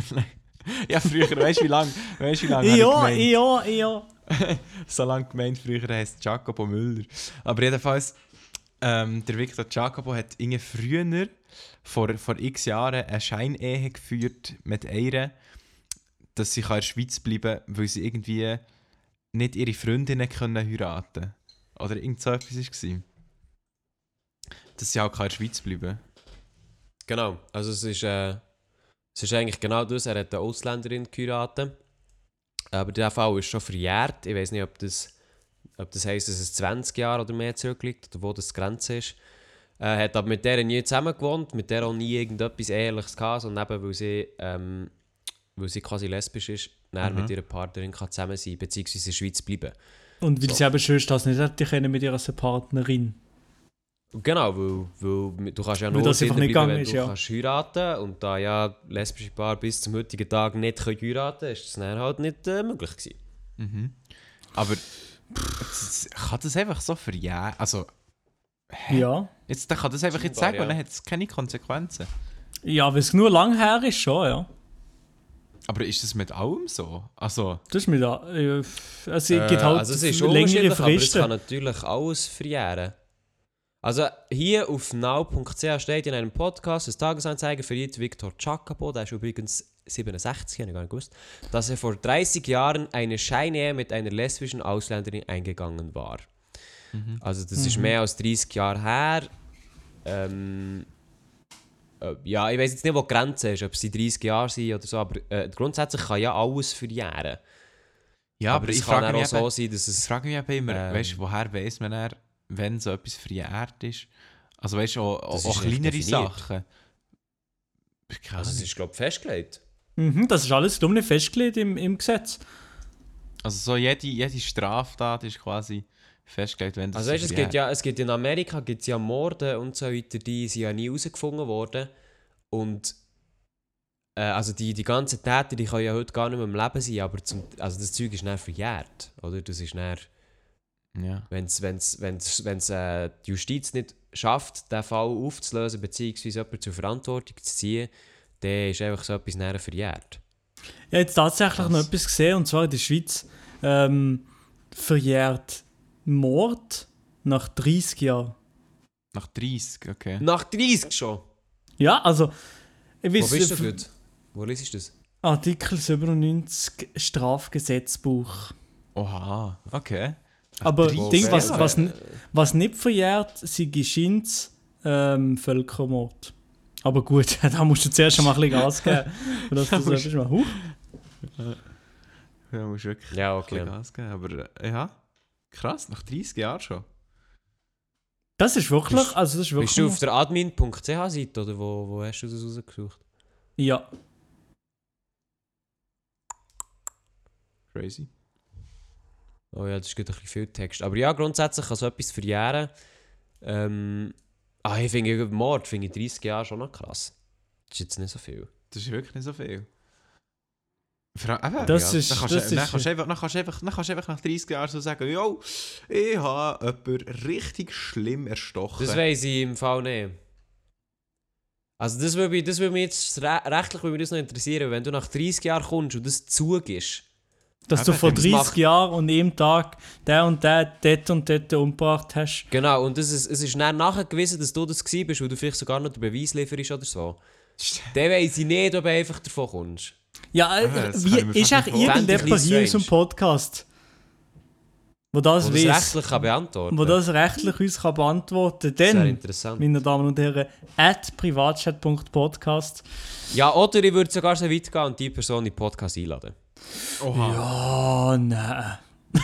Ja, früher, weißt du wie lange habe ich Ja, gemeint? ja. So lange gemeint, früher heisst Jacobo Müller. Aber jedenfalls, der Victor Jacobo hat irgendwie früher, vor x Jahren, eine Scheinehe geführt mit einer, dass sie in der Schweiz bleiben kann, weil sie irgendwie nicht ihre Freundinnen heiraten können. Oder irgend so etwas war. Dass sie halt in der Schweiz bleiben. Genau. Also es ist eigentlich genau das. Er hat eine Ausländerin geheiratet. Aber der Fall ist schon verjährt. Ich weiß nicht, ob das heisst, dass es 20 Jahre oder mehr zurückliegt oder wo das die Grenze ist. Er hat aber mit der nie zusammen gewohnt, mit der auch nie irgendetwas Ehrliches gehabt, sondern eben, weil sie quasi lesbisch ist, dann mit ihrer Partnerin kann zusammen sein, beziehungsweise in der Schweiz bleiben. Und weil So. sie eben schön das nicht hätte können mit ihrer Partnerin. Genau, weil du kannst ja Weil nur das einfach Kinder nicht bleiben, gegangen wenn ist, du ja. kannst heiraten und da ja lesbische Paar bis zum heutigen Tag nicht heiraten können, ist das dann halt nicht möglich gewesen. Aber kann das einfach so verjähren? Also, Ja. jetzt, der kann das einfach jetzt Scheinbar, sagen und ja. dann hat es keine Konsequenzen. Ja, weil es nur lang her ist schon, ja. Aber ist das mit allem so? Also, Das ist mir da. Es gibt halt also es ist längere unterschiedlich, aber es Fristen. kann natürlich alles verjähren. Also hier auf now.ch steht in einem Podcast, das Tagesanzeiger verriet Viktor Chakabo, der ist übrigens 67, habe ich gar nicht gewusst, dass er vor 30 Jahren eine Scheinehe mit einer lesbischen Ausländerin eingegangen war. Also das ist mehr als 30 Jahre her. Ja, ich weiß jetzt nicht, wo die Grenze ist, ob es die 30 Jahre sind oder so, aber grundsätzlich kann ja alles verjähren. ja, aber es ich kann frage auch mich so eben, sein, dass ich es... frage mich eben immer, weißt du, woher weiss man dann, wenn so etwas verjährt ist? Also weißt du, Das auch ist nicht kleinere definiert. Sachen. Keine Also es Ahnung. ist, glaube ich, festgelegt. Das ist alles dumm nicht festgelegt im Gesetz. Also so jede Straftat ist quasi festgelegt, wenn das Also weißt, verjährt. es gibt in Amerika gibt's ja Morde und so weiter, die sind ja nie herausgefunden worden. Und also die ganzen Täter, die können ja heute gar nicht mehr im Leben sein, aber also das Zeug ist dann verjährt, oder? Das ist dann, Ja. wenn's die Justiz nicht schafft, den Fall aufzulösen, beziehungsweise jemanden zur Verantwortung zu ziehen, dann ist einfach so etwas dann verjährt. Ich habe jetzt tatsächlich noch etwas gesehen, und zwar in der Schweiz verjährt Mord nach 30 Jahren. Nach 30, okay. Nach 30 schon? Ja, also... Ich Wo weiss, bist du gut? Wo liest du das? Artikel 97 Strafgesetzbuch. Oha, okay. Aber 30 Ding, Jahre. was nicht verjährt, sind Geschins Völkermord. Aber gut, da musst du zuerst schon mal ein bisschen Gas geben. Dass du so etwas machst. Ja, musst wirklich Ja, ein bisschen okay. Gas geben. Aber ja, krass, nach 30 Jahren schon. Das ist wirklich... Also das ist wirklich Bist du auf der admin.ch-Seite oder wo hast du das rausgesucht? ja. Crazy. Oh ja, das ist gerade ein bisschen viel Text. Aber ja, grundsätzlich kann so etwas verjähren. Ich finde Mord finde ich 30 Jahre schon noch krass. Das ist jetzt nicht so viel. Das ist wirklich nicht so viel. Eben, Das ja. ist- Dann kannst das du ist- einfach nach 30 Jahren so sagen, yo, ich habe jemanden richtig schlimm erstochen. Das weiss ich im Fall nicht. Also das würde mich jetzt rechtlich würde mich das noch interessieren, wenn du nach 30 Jahren kommst und das zugibst. Dass du Eben, vor das 30 macht- Jahren und einem Tag der und der dort und dort umgebracht hast. Genau, und es ist dann nachgewiesen, dass du das gewesen bist, weil du vielleicht sogar noch den Beweis lieferst oder so. Dann weiss ich nicht, ob du einfach davon kommst. Ja, das kann ich mir wie ist fast eigentlich nicht vorstellen. irgendjemand hier in Strange. unserem Podcast, wo das Wo das weiss, rechtlich kann beantworten wo das rechtlich uns kann beantworten Sehr kann? Dann, interessant. meine Damen und Herren, @privatchat.podcast. Ja, oder ich würde sogar so weit gehen und die Person in den Podcast einladen. Oha. Oh nein.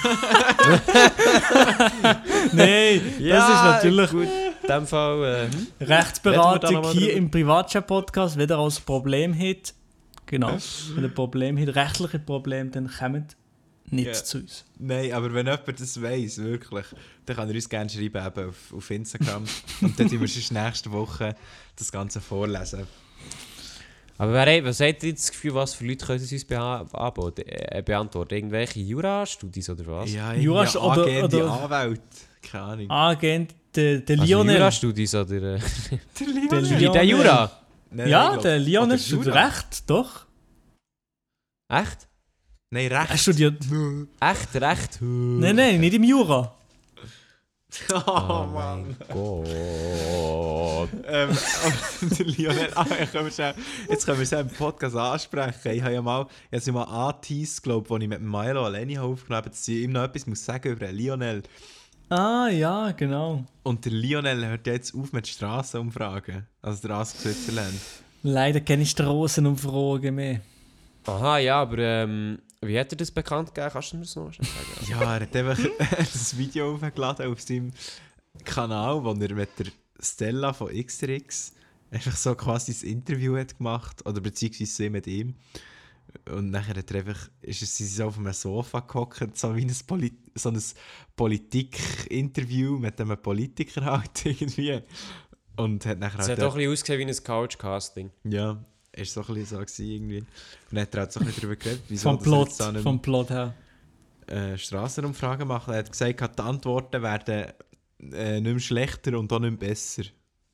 Nein, das ist natürlich gut. In dem Fall... Reden wir da Rechtsberatung noch mal hier drüber? im Privatchat-Podcast. Wenn ihr also ein Problem habt, genau, wenn ihr ein Problem habt, rechtliche Probleme, dann kommt nicht Ja. zu uns. Nein, aber wenn jemand das weiss, wirklich, dann kann er uns gerne schreiben eben auf Instagram. Und dann tun wir sonst nächste Woche das Ganze vorlesen. Aber was hat ihr das Gefühl, was für Leute können sie uns beantworten? Irgendwelche Jurastudies oder was? Ja, Jura- irgendwie oder- angehende oder- Anwälte. Keine Ahnung. Agent, der Also Lionel. Jurastudies oder... Der Der Wie Lionel. der Jura? Nein, Ja, ich glaub- der Lionel oder studiert Jura. Recht, doch. Echt? Nein, Er Recht. studiert... Echt? Nein, nicht im Jura. Oh, Mann. Gott. Aber der Lionel, jetzt können wir es ja im Podcast ansprechen. Ich habe ja mal angeteased, glaube ich, als ich mit Milo alleine aufgenommen habe, dass ich ihm noch etwas muss sagen über den Lionel. Ah, ja, genau. Und der Lionel hört jetzt auf mit Strassenumfragen. Also der Ask Switzerland. Leider keine Strassenumfragen mehr. Aha, ja, aber wie hat er das bekannt gegeben? Kannst du mir das noch schnell sagen? Ja, er hat einfach das Video aufgeladen auf seinem Kanal, wo er mit der Stella von XRX einfach so quasi das Interview hat gemacht. Oder beziehungsweise sie mit ihm. Und nachher hat er einfach, sie so auf einem Sofa gehockt, so wie ein Politik-Interview mit einem Politiker halt irgendwie. Und hat nachher Es hat doch ein bisschen ausgesehen wie ein Couchcasting. ja, ist so ein bisschen so gewesen irgendwie. Und dann hat er halt so ein bisschen darüber geredet, wieso Vom dass er Plot, jetzt da nicht vom Plot her. Strassenumfragen machen. Er hat gesagt, die Antworten werden nicht mehr schlechter und auch nicht mehr besser.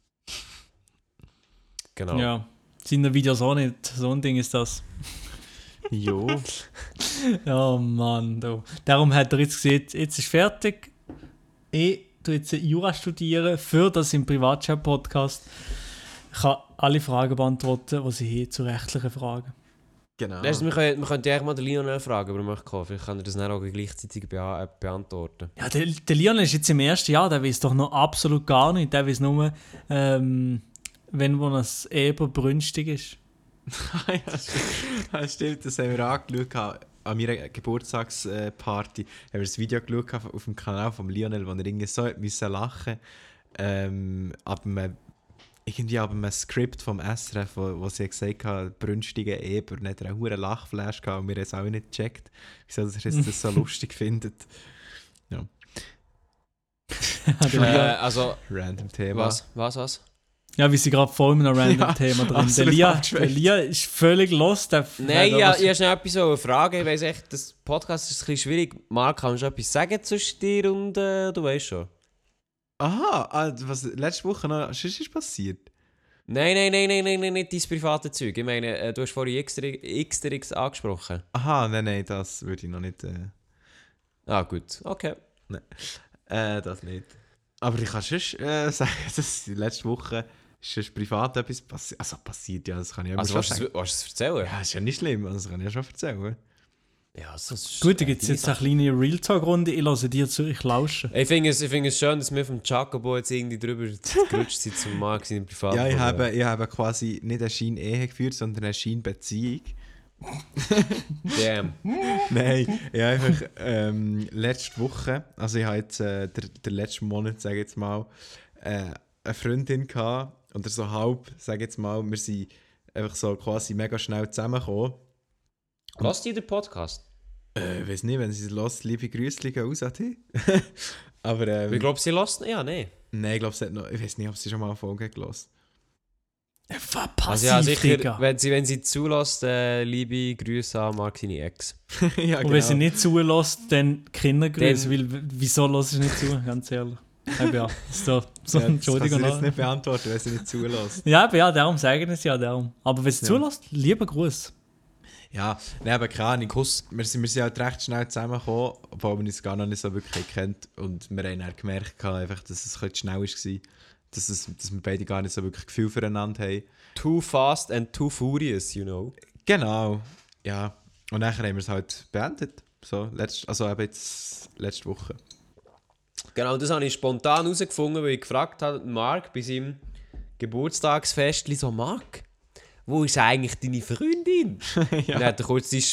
Genau. Ja. Seine Videos auch nicht. So ein Ding ist das. Jo. Oh Mann, du. Darum hat er jetzt gesagt, jetzt ist fertig. Ich tue jetzt Jura studieren, für das im Privatchat-Podcast. Ich kann alle Fragen beantworten, die sie haben zu rechtlichen Fragen. Genau. Also, wir können ja eigentlich mal den Lionel fragen, aber er möchte kommen. Vielleicht kann er das dann auch gleichzeitig beantworten. Ja, der Lionel ist jetzt im ersten Jahr, der weiß doch noch absolut gar nicht. Der weiß nur, wenn wo das Eber brünstig ist. Ja, stimmt, das haben wir angeschaut. An meiner Geburtstagsparty haben wir das Video geschaut auf dem Kanal von Lionel, wo er irgendwie so müssen lachen ab einem Skript vom SRF, wo sie gesagt hat, brünstige Eber, und hat er einen hohen Lachflash gehabt und wir haben es auch nicht gecheckt, wieso er das so lustig findet. Ja. Also, Random Thema. Was? Ja, wie sie gerade voll mit einem Random-Thema drin. Der Lia ist völlig lost. Nein, ich habe schnell etwas eine Frage. Ich weiss echt, das Podcast ist ein bisschen schwierig. Marc, kannst du etwas sagen zwischen dir und du weißt schon? Aha, was letzte Woche noch ist passiert? Nein, nicht dein private Zeug. Ich meine, du hast vorhin Xterix angesprochen. Aha, nein, das würde ich noch nicht... Ah, gut, okay. Nein, das nicht. Aber ich kann schon sagen, dass letzte Woche ist privat etwas passiert. Ja, das kann ich immer schon sagen. Willst du es erzählen? Ja, ist ja nicht schlimm, das kann ich ja schon erzählen. Ja, das ist Gut, da gibt es jetzt eine kleine Real-Talk-Runde. Ich lasse dir zu, ich lausche. Ich finde es schön, dass wir vom Jacobo jetzt irgendwie drüber gerutscht sind zum Marc in privat. Ja, ich habe quasi nicht eine Schein-Ehe geführt, sondern eine Schein-Beziehung. Damn. Nein, ich habe einfach letzte Woche, also ich habe jetzt den letzten Monat, sage ich jetzt mal, eine Freundin gehabt, oder so halb, sage ich jetzt mal, wir sind einfach so quasi mega schnell zusammengekommen. Hörst du den Podcast? Ich weiß nicht, wenn sie es hört, liebe Grüße gehen raus an dich. Aber Ich glaube, sie hört... Ja, nein. nein, ich glaube, sie hat noch, ich weiß nicht, ob sie schon mal eine Folge gehört. Passiv, Ja, sicher, Digga. wenn sie zulässt, liebe Grüße an Marc, seine Ex. Ja, Und wenn sie nicht zulässt, dann Kindergrüße, weil wieso lässt du nicht zu, ganz ehrlich. Ja, so Ja, Entschuldigung. das kann sie jetzt nicht beantworten, wenn sie nicht zulässt. Ja, darum sagen wir es ja, darum. Aber wenn sie zulässt, lieber Gruß. Ja, nein, aber keine Ahnung. Wir sind halt recht schnell zusammengekommen, obwohl wir uns gar noch nicht so wirklich kennt. Und wir haben dann gemerkt, einfach, dass es ein bisschen schnell war. Dass wir beide gar nicht so wirklich Gefühl füreinander haben. Too fast and too furious, you know. Genau, ja. Und nachher haben wir es halt beendet. So, eben jetzt letzte Woche. Genau, das habe ich spontan herausgefunden, weil ich gefragt habe, Marc bei seinem Geburtstagsfest, so, Marc, wo ist eigentlich deine Freundin? Ja. Dann hat er kurz die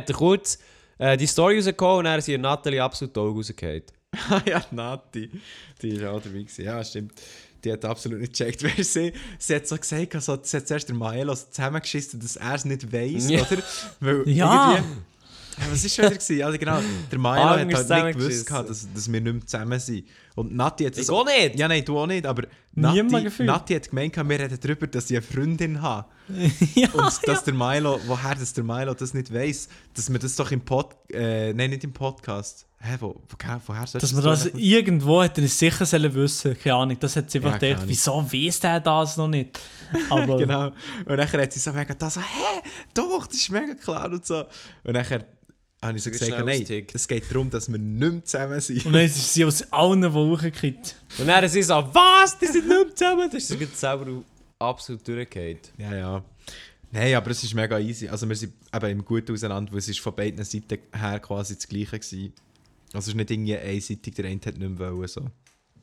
Story rausgekommen und dann sind Nathalie absolut die Augen rausgefallen. Ja, Nati, die war auch dabei gewesen. Ja, stimmt. Die hat absolut nicht gecheckt, wer sie. Sie hat so gesagt, also, sie hat zuerst der Maelo zusammengeschissen, dass er es nicht weiss, Ja. oder? Weil Ja. irgendwie... Ja, was war schon wieder gewesen? Also genau, der Maelo hat halt nicht gewusst, dass wir nicht mehr zusammen sind. Und Nati hat Ich auch nicht! Ja, nein, du auch nicht, aber Niemand gefühlt. Nati hat gemeint, wir reden darüber, dass ich eine Freundin habe. Ja, Und dass der Milo, woher der Milo das nicht weiss, dass wir das doch im nein, nicht im Podcast. Hä, woher soll dass man das irgendwo hätte ich sicher sollen wissen. Keine Ahnung, das hat sie einfach Ja, keine gedacht, Ahnung. wieso weiss der das noch nicht? Aber Genau. Und nachher hat sie so mega da so, hä, doch, das ist mega klar und so. Und nachher habe ich so gesagt, schnell nein, ausgetickt. es geht darum, dass wir nicht mehr zusammen sind. und dann ist sie aus allen Wochen gekriegt. Und dann ist sie so, was? Die sind nicht mehr zusammen? Das ist sie selber absolut durchgefallen. Ja, ja. Nein, aber es ist mega easy. Also wir sind eben gut auseinander, weil es ist von beiden Seiten her quasi das Gleiche gewesen. Also es ist nicht irgendwie einseitig, der eine hat nicht mehr wollen, so.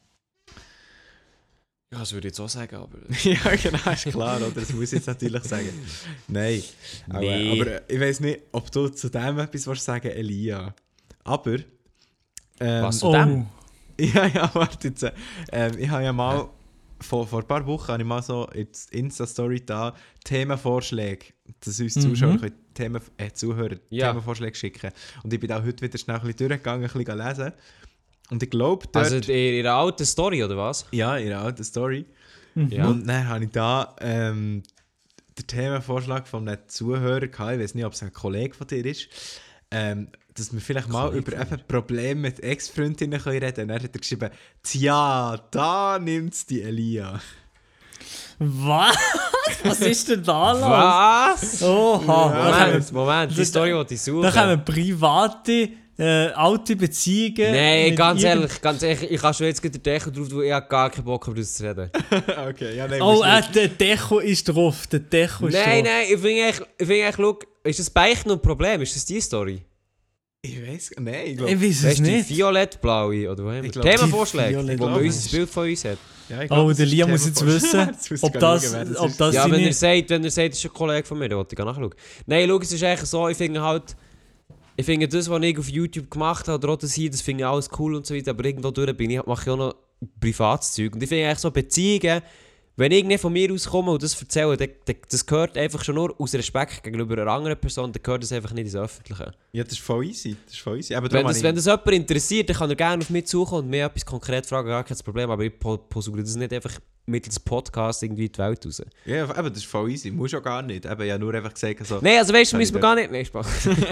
Ja, das würde ich jetzt auch sagen, aber... Ja, genau, ist klar, oder? Das muss ich jetzt natürlich sagen. Nein. Nee. Aber ich weiss nicht, ob du zu dem etwas willst sagen, Elia. Aber... Was zu dem? Ja, warte jetzt. Ich habe ja mal... Vor ein paar Wochen habe ich mal so in die Insta-Story da Themenvorschläge, dass uns Zuschauer können Zuhörer Ja. Themenvorschläge schicken. Und ich bin auch heute wieder schnell ein bisschen durchgegangen, ein bisschen lesen. Und ich glaube, dort... Also in ihrer alten Story, oder was? Ja, in einer alten Story. Ja. Und dann habe ich da den Themenvorschlag von einem Zuhörer gehabt, ich weiß nicht, ob es ein Kollege von dir ist, dass wir vielleicht mal über eben Probleme mit Ex-Freundinnen reden können. Und dann hat er geschrieben, tja, da nimmt es die Elia. Was? Was ist denn da los? Was? Oha. Moment, die Story, die ich suche. Da kommen private, alte Beziehungen. Nein, mit ganz ehrlich, ich kann schon jetzt den Deckel drauf, ich habe gar keinen Bock, über das zu reden. Okay, ja, nein. Oh, der Decho ist drauf. Der Decho ist Nein, drauf. ich finde eigentlich, schau, ist das Beichten ein Problem? Ist das die Story? Ich weiß, nein, ich glaube. Ich weiß es Weißt du, die nicht. violett-blaue, oder wo haben wir? Ich glaub, Themenvorschläge, die wo man violett-blaue. unser Bild von uns hat. Ja, ich Oh, das der ist Lia ein muss jetzt Thema wissen, Jetzt muss ich ob gar das, schauen, wer ob ist. das Ja, wenn seine... er sagt, das ist ein Kollege von mir, dann wollte ich nachschauen. Nein, schau, es ist eigentlich so, ich finde das, was ich auf YouTube gemacht habe, oder auch das hier, das finde ich alles cool und so weiter, aber irgendwo durch mache ich auch noch privates Zeug. Und ich finde eigentlich so Beziehungen, wenn ich nicht von mir aus komme und das erzähle, das gehört einfach schon nur aus Respekt gegenüber einer anderen Person, dann gehört das einfach nicht ins Öffentliche. Ja, das ist voll easy. Das ist voll easy. Aber Wenn das jemand interessiert, dann kann er gerne auf mich zukommen und mir etwas konkret fragen, gar kein Problem, aber ich posugle das nicht einfach mittels Podcast irgendwie in die Welt raus. Ja, aber das ist voll easy. Muss auch gar nicht. Eben, ja, nur einfach gesagt, so... Nein, also weißt du, müssen wir gar nicht... Nein, Spaß.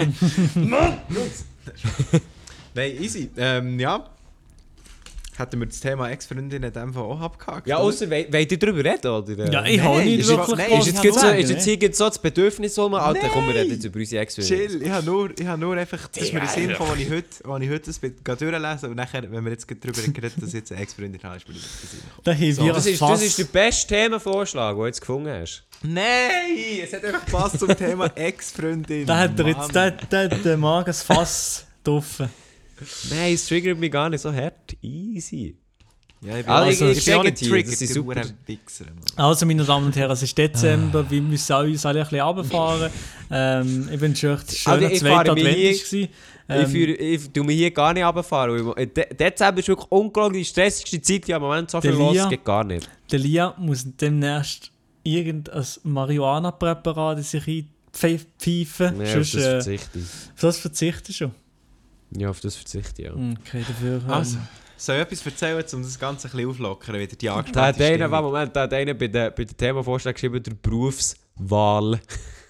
Nein, easy. Ja. Hätten wir das Thema Ex-Freundin in dem Fall auch abgehakt. Ja, oder? außer wollt ihr darüber reden, oder? Ja, ich habe nicht ist wirklich nein, was Ist zu jetzt, so, sagen, ist jetzt hier so das Bedürfnis, so mal, Alter, komm, wir reden jetzt über unsere Ex-Freundin. Chill, ich habe nur einfach... Das ist mir in den Sinn gekommen, als ich heute das durchlesen und nachher, wenn wir jetzt darüber geredet dass ich jetzt eine Ex-Freundin habe, ist mir das in den Sinn gekommen. Da haben wir Das ist fast... der beste Themenvorschlag, den du jetzt gefunden hast. Nein! Es hat einfach gepasst zum Thema Ex-Freundin. Da hat er jetzt der Magen das Fass getroffen. Nein, es triggert mich gar nicht so hart. Easy. Ja, ich bin Also, auch- ich ich bin auch sage nicht dir, triggert, das ist du super. Wichser, Mann. Also, meine Damen und Herren, es ist Dezember, wir müssen uns alle ein bisschen runterfahren. Ich bin schon echt schöner Also, ich zweiter fahre mich Advent. hier- gewesen. Ich tue mich hier gar nicht runterfahren. Dezember ist wirklich unglaublich die stressigste Zeit. Ja, im Moment so viel Der los, Lia- es geht gar nicht. Der Lia muss demnächst irgendein Marihuana-Präparat in sich einpfeifen. Nee, auf Sonst, das verzichte ich. auf das verzichtest du schon. Ja, auf das verzichte ich, ja. Okay, dafür... Also, soll ich etwas erzählen, um das Ganze ein bisschen auflockern, wieder die Da angespannte hat einer, Stimmung? Moment, da hat einer bei den Themenvorschlägen geschrieben, der Berufswahl.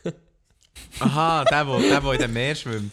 Aha, der in dem Meer schwimmt.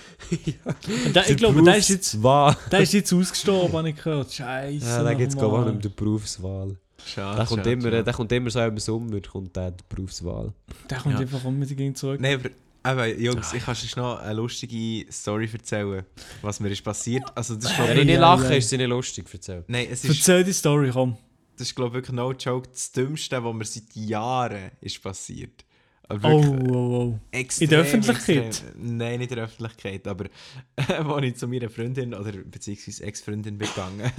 Ich glaube, der ist Berufswahl. jetzt ausgestorben, habe ich gehört. Scheiße. Ja, da gibt es gar nochmal. nicht um die Berufswahl. Schade, Der kommt immer so im Sommer, kommt der Berufswahl. Der kommt Ja. einfach unbedingt zurück. Nein, aber Jungs, ich kann euch noch eine lustige Story erzählen, was mir ist passiert. Also, das ist, glaub Wenn ich ich, nicht ja, lache, ja. ist es nicht lustig, erzähl. nein, es ist, Erzähl die Story, komm. das ist, glaube ich, wirklich no joke, das Dümmste, was mir seit Jahren ist passiert. Aber Oh, wirklich oh, extrem, In der Öffentlichkeit? Extrem, nein, nicht in der Öffentlichkeit, aber als ich zu meiner Freundin oder beziehungsweise Ex-Freundin bin gegangen.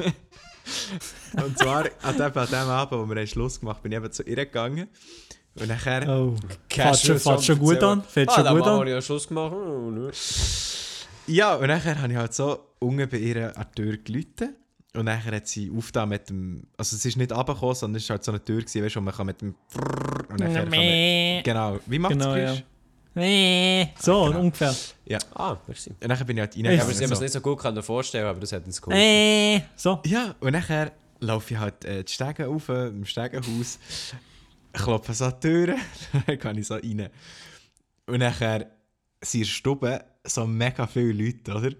Und zwar an dem Abend, wo wir einen Schluss gemacht haben, bin ich eben zu ihr gegangen. Und nachher... oh. Fährt schon gut an. Fährt schon gut an. Ich habe Schluss gemacht. Oh, ne. Ja, und nachher habe ich halt so unten bei ihr an die Tür geläutet. Und nachher hat sie aufgetan mit dem... Also es ist nicht runtergekommen, sondern es war halt so eine Tür, gewesen, weißt du, wo man kann mit dem... Und nachher kann man, genau. Wie macht Genau, es ja. So, Genau. ungefähr. Ah, merci. Und nachher bin ich halt Ich reingegangen. habe mir das so. nicht so gut vorstellen, aber das hat uns geholfen. So. Ja, und nachher laufe ich halt die Stege rauf, im Stegenhaus, klopfe so an die Tür, dann gehe ich so rein. Und nachher sind in der Stube so mega viele Leute, oder?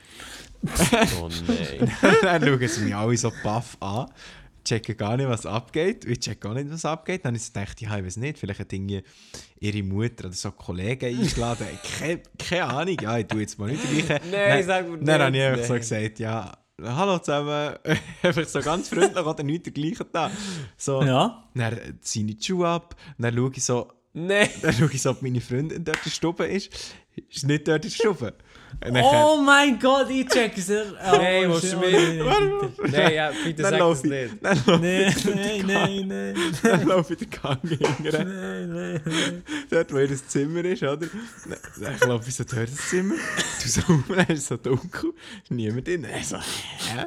Oh nein. Dann schauen sie mich alle so baff an, checken gar nicht, was abgeht. Ich check gar nicht, was abgeht. Dann habe ich so gedacht, ja, ich weiß nicht, vielleicht hat irgendwie ihre Mutter oder so Kollegen eingeladen. Keine Ahnung, ja, ich tue jetzt mal nicht die gleiche. Nein, sag mir nicht. Dann habe ich einfach so Nein. gesagt, ja, hallo zusammen. Einfach so ganz freundlich oder nicht der gleiche da. So, Ja. Dann ziehe ich die Schuhe ab, dann schaue ich so, Nein. ob meine Freundin dort in der Stube ist. Ist nicht dort in der Stube. Und nachher- Oh mein Gott, ich check es. Nein, musst du mir- Nein, ja, bitte Dann sag das laufe nicht. ich, dann laufe Nein. dann laufe ich den Gang hinterher. Nein. Dort, wo ihr Zimmer ist, oder? Dann klopfe ich so durch das Zimmer. Du so rum, dann ist es so dunkel. Ist niemand drin. Dann so, hä?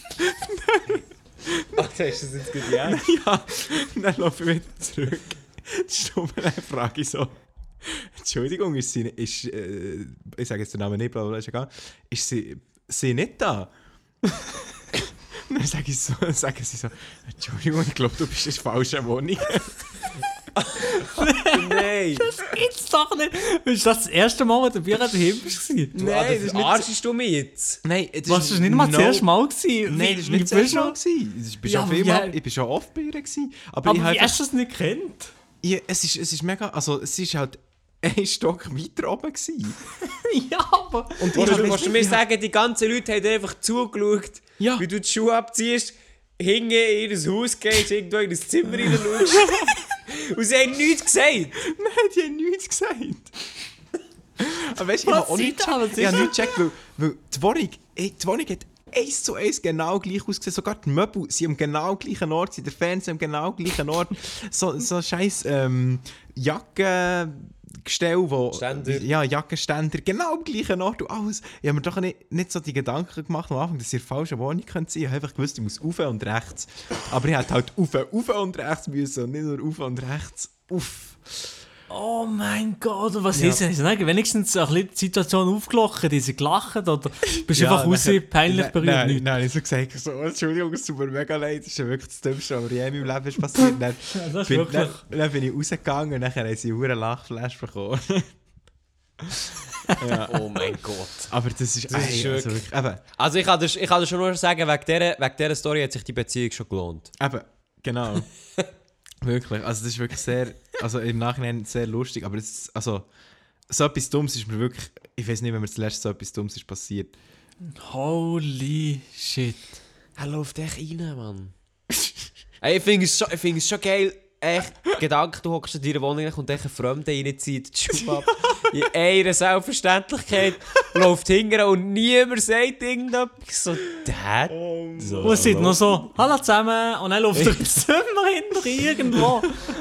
Ach, hast du das jetzt gut ja? Ja. Dann laufe ich wieder zurück. Die Stimme, dann frage ich so, Entschuldigung, ist sie, ich sage jetzt den Namen nicht, bla bla, ist egal. Ist sie nicht da? Und dann sagen sie so, Entschuldigung, ich glaube, du bist in der falschen Wohnung. Nein, Nein! Das gibt's doch nicht. Ist das erste Mal, wo der Bier daheim warst? Nein, das ist nicht... Arschst du mich jetzt? Nein, Was, das war nicht mal das erste Mal gewesen? Nein, das war nicht das erste Mal. Ich bin schon vielmal, ich bin schon oft bei ihr gewesen. Aber wie hast du das nicht gekannt? Es ist mega, also es ist halt ein Stock weiter oben gewesen. Ja, aber... Und Willst du mir sagen, die ganzen Leute haben einfach zugeschaut, Ja. wie du die Schuhe abziehst, hinten in ihr Haus gehst, irgendwo in das Zimmer rein schaust. Und sie haben nichts gesagt. Nein, die haben nichts gesagt. Aber weißt du, ich habe auch nicht gecheckt. Ich habe nicht gecheckt, weil die Wohnung hat 1:1 genau gleich ausgesehen. Sogar die Möbel sind am genau gleichen Ort, der Fernseher am genau gleichen Ort. So scheiß Jackengestell, Ständer. Ja, Jackenständer, genau am gleichen Ort und alles. Ich habe mir doch nicht so die Gedanken gemacht am Anfang, dass ich in der falschen Wohnung sein könnte. Ich habe einfach gewusst, ich muss rauf und rechts. Aber ich hätte halt rauf und rechts müssen und nicht nur rauf und rechts. Uff. Oh mein Gott, und was ist denn? Hast du wenigstens ein bisschen die Situation aufgelochen, die sie gelacht oder bist du einfach raus, peinlich berührt? Nein, ich habe gesagt, so, Entschuldigung, es tut mir mega leid, das ist ja wirklich das Dümmste, was mir je in meinem Leben ist passiert. Dann bin ich rausgegangen und dann haben sie einen Lachflash bekommen. Ja. Oh mein Gott. Aber das ist wirklich... Also ich kann dir schon nur sagen, wegen dieser Story hat sich die Beziehung schon gelohnt. Eben, genau. Wirklich, also das ist wirklich sehr... Also im Nachhinein sehr lustig, aber das, also, so etwas Dummes ist mir wirklich... Ich weiß nicht, wenn mir das letzte so etwas Dummes ist passiert. Holy shit. Er läuft echt rein, Mann. Ey, ich finde es schon geil, echt, Gedanke, du hockst in deiner Wohnung und ein Fremder reinzieht, die Schuhe ab. In einer Selbstverständlichkeit läuft hinterher und niemand sagt irgendetwas. So, Dad. So, Und es sieht noch so, hallo zusammen, und dann läuft er ins Zimmer hinter irgendwo.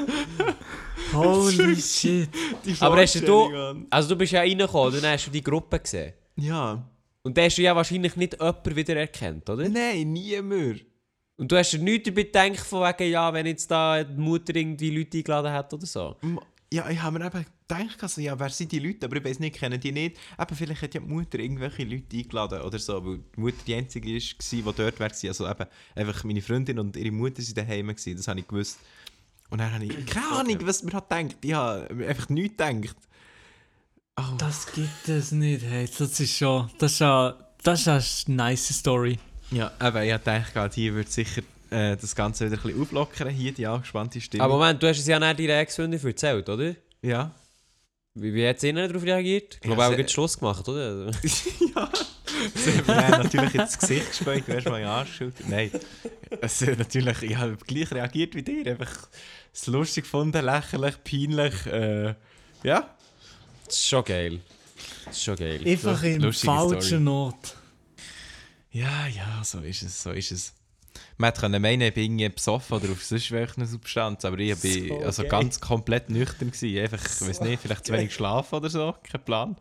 Holy shit. Aber hast du bist ja reingekommen und dann hast du die Gruppe gesehen. Ja. Und dann hast du ja wahrscheinlich nicht jemanden wiedererkannt, oder? Nein, nie mehr. Und du hast dir nichts dabei gedacht, von wegen, ja, wenn jetzt da die Mutter irgendwie Leute eingeladen hat oder so? Ja, ich habe mir eben gedacht, also, ja, wer sind die Leute? Aber ich weiß nicht, kennen die nicht. Eben, vielleicht hat ja die Mutter irgendwelche Leute eingeladen oder so, weil die Mutter die einzige war, die dort war. Also eben, einfach meine Freundin und ihre Mutter waren daheim, das habe ich gewusst. Und dann habe ich keine Ahnung, was man hat gedacht. Ich habe einfach nichts gedacht. Oh. Das gibt es nicht, hey. Das ist eine nice Story. Ja, aber ich dachte, hier wird sicher das Ganze wieder ein bisschen auflockern, hier die angespannte Stimme. Aber Moment, du hast es ja nicht deiner Ex-Freundin erzählt, oder? Ja. Wie hat sie darauf reagiert? Ich glaube, auch Schluss gemacht, oder? Ja. Sie haben mir natürlich ins Gesicht gespäut, du hast mal in den Arsch geschaut. Nein. Also, natürlich, ich habe gleich reagiert wie dir. Einfach es lustig gefunden, lächerlich, peinlich. Ja. Das ist schon geil. Einfach im falschen Ort. Ja, so ist es. Man hätte meinen, ich bin irgendwie besoffen oder auf sonst welche Substanz, aber ich war also ganz komplett nüchtern gewesen. Einfach, ich weiß nicht, vielleicht zu wenig geschlafen oder so, kein Plan.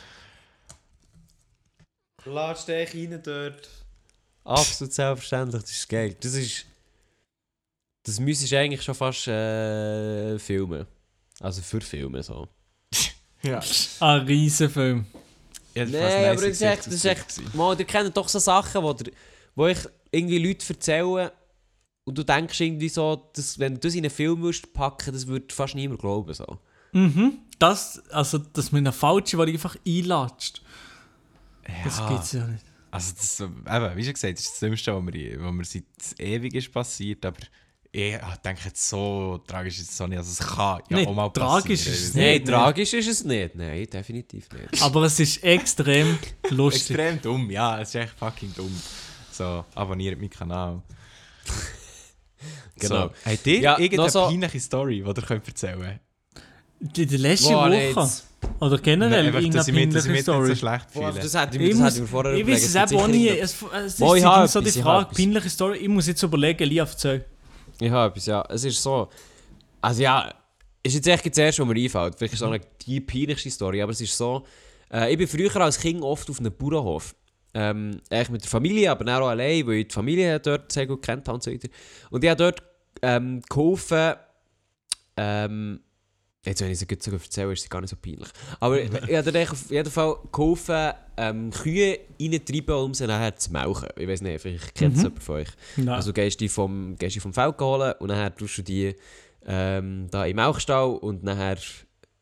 Lass dich rein dort. Absolut selbstverständlich, das ist geil. Das müsstest du eigentlich schon fast filmen. Also für Filme so. Ja. Ein Riesenfilm. Ja, Nein, aber das ist echt... Mal, ihr kennt doch so Sachen, wo ich irgendwie Leute erzählen und du denkst irgendwie so, dass, wenn du das in einen Film würdest packen, das würde fast niemand glauben. So. Mhm. Dass man einen Falschen, der einfach einlatscht. Ja. Das gibt's ja nicht. Also das, eben, wie schon gesagt, das ist das Dümmste, was mir seit ewig ist passiert, aber ich denke jetzt so tragisch ist es so nicht, also es kann ja Nicht auch mal tragisch passieren. ist es Nein, nicht. tragisch ist es nicht. Nein, definitiv nicht. Aber es ist extrem lustig. Extrem dumm, ja, es ist echt fucking dumm. So, abonniert meinen Kanal. Genau. So, habt ihr Ja, irgendeine noch so- peinliche Story, die ihr könnt erzählen könnt? Die letzte Boah, Woche. jetzt. Oder generell Einfach, dass irgendeine ich mich peinliche nicht so Story. schlecht Boah, fühle. das hätte Ich ich mir vorher weiß es eben auch nie. Es ist Boah, ich habe so die etwas, ich habe Frage, etwas. peinliche Story. Ich muss jetzt überlegen, Lia, erzähl. Ich habe etwas, ja. Es ist so... Also ja, ist jetzt echt das Erste, was mir einfällt. Vielleicht ist es auch nicht die peinlichste Story, aber es ist so... ich bin früher als Kind oft auf einem Bauernhof. Eigentlich mit der Familie, aber auch allein, weil ich die Familie dort sehr gut kennt habe und so weiter. Und ich habe dort geholfen... jetzt, wenn ich es so erzähle, ist es gar nicht so peinlich. Aber ich habe dort auf jeden Fall geholfen, Kühe reintreiben, um sie nachher zu melken. Ich weiß nicht, vielleicht kennt es jemand von euch. Nein. Also gehst du die vom Feld holen und nachher tust du die da im Melkstall und nachher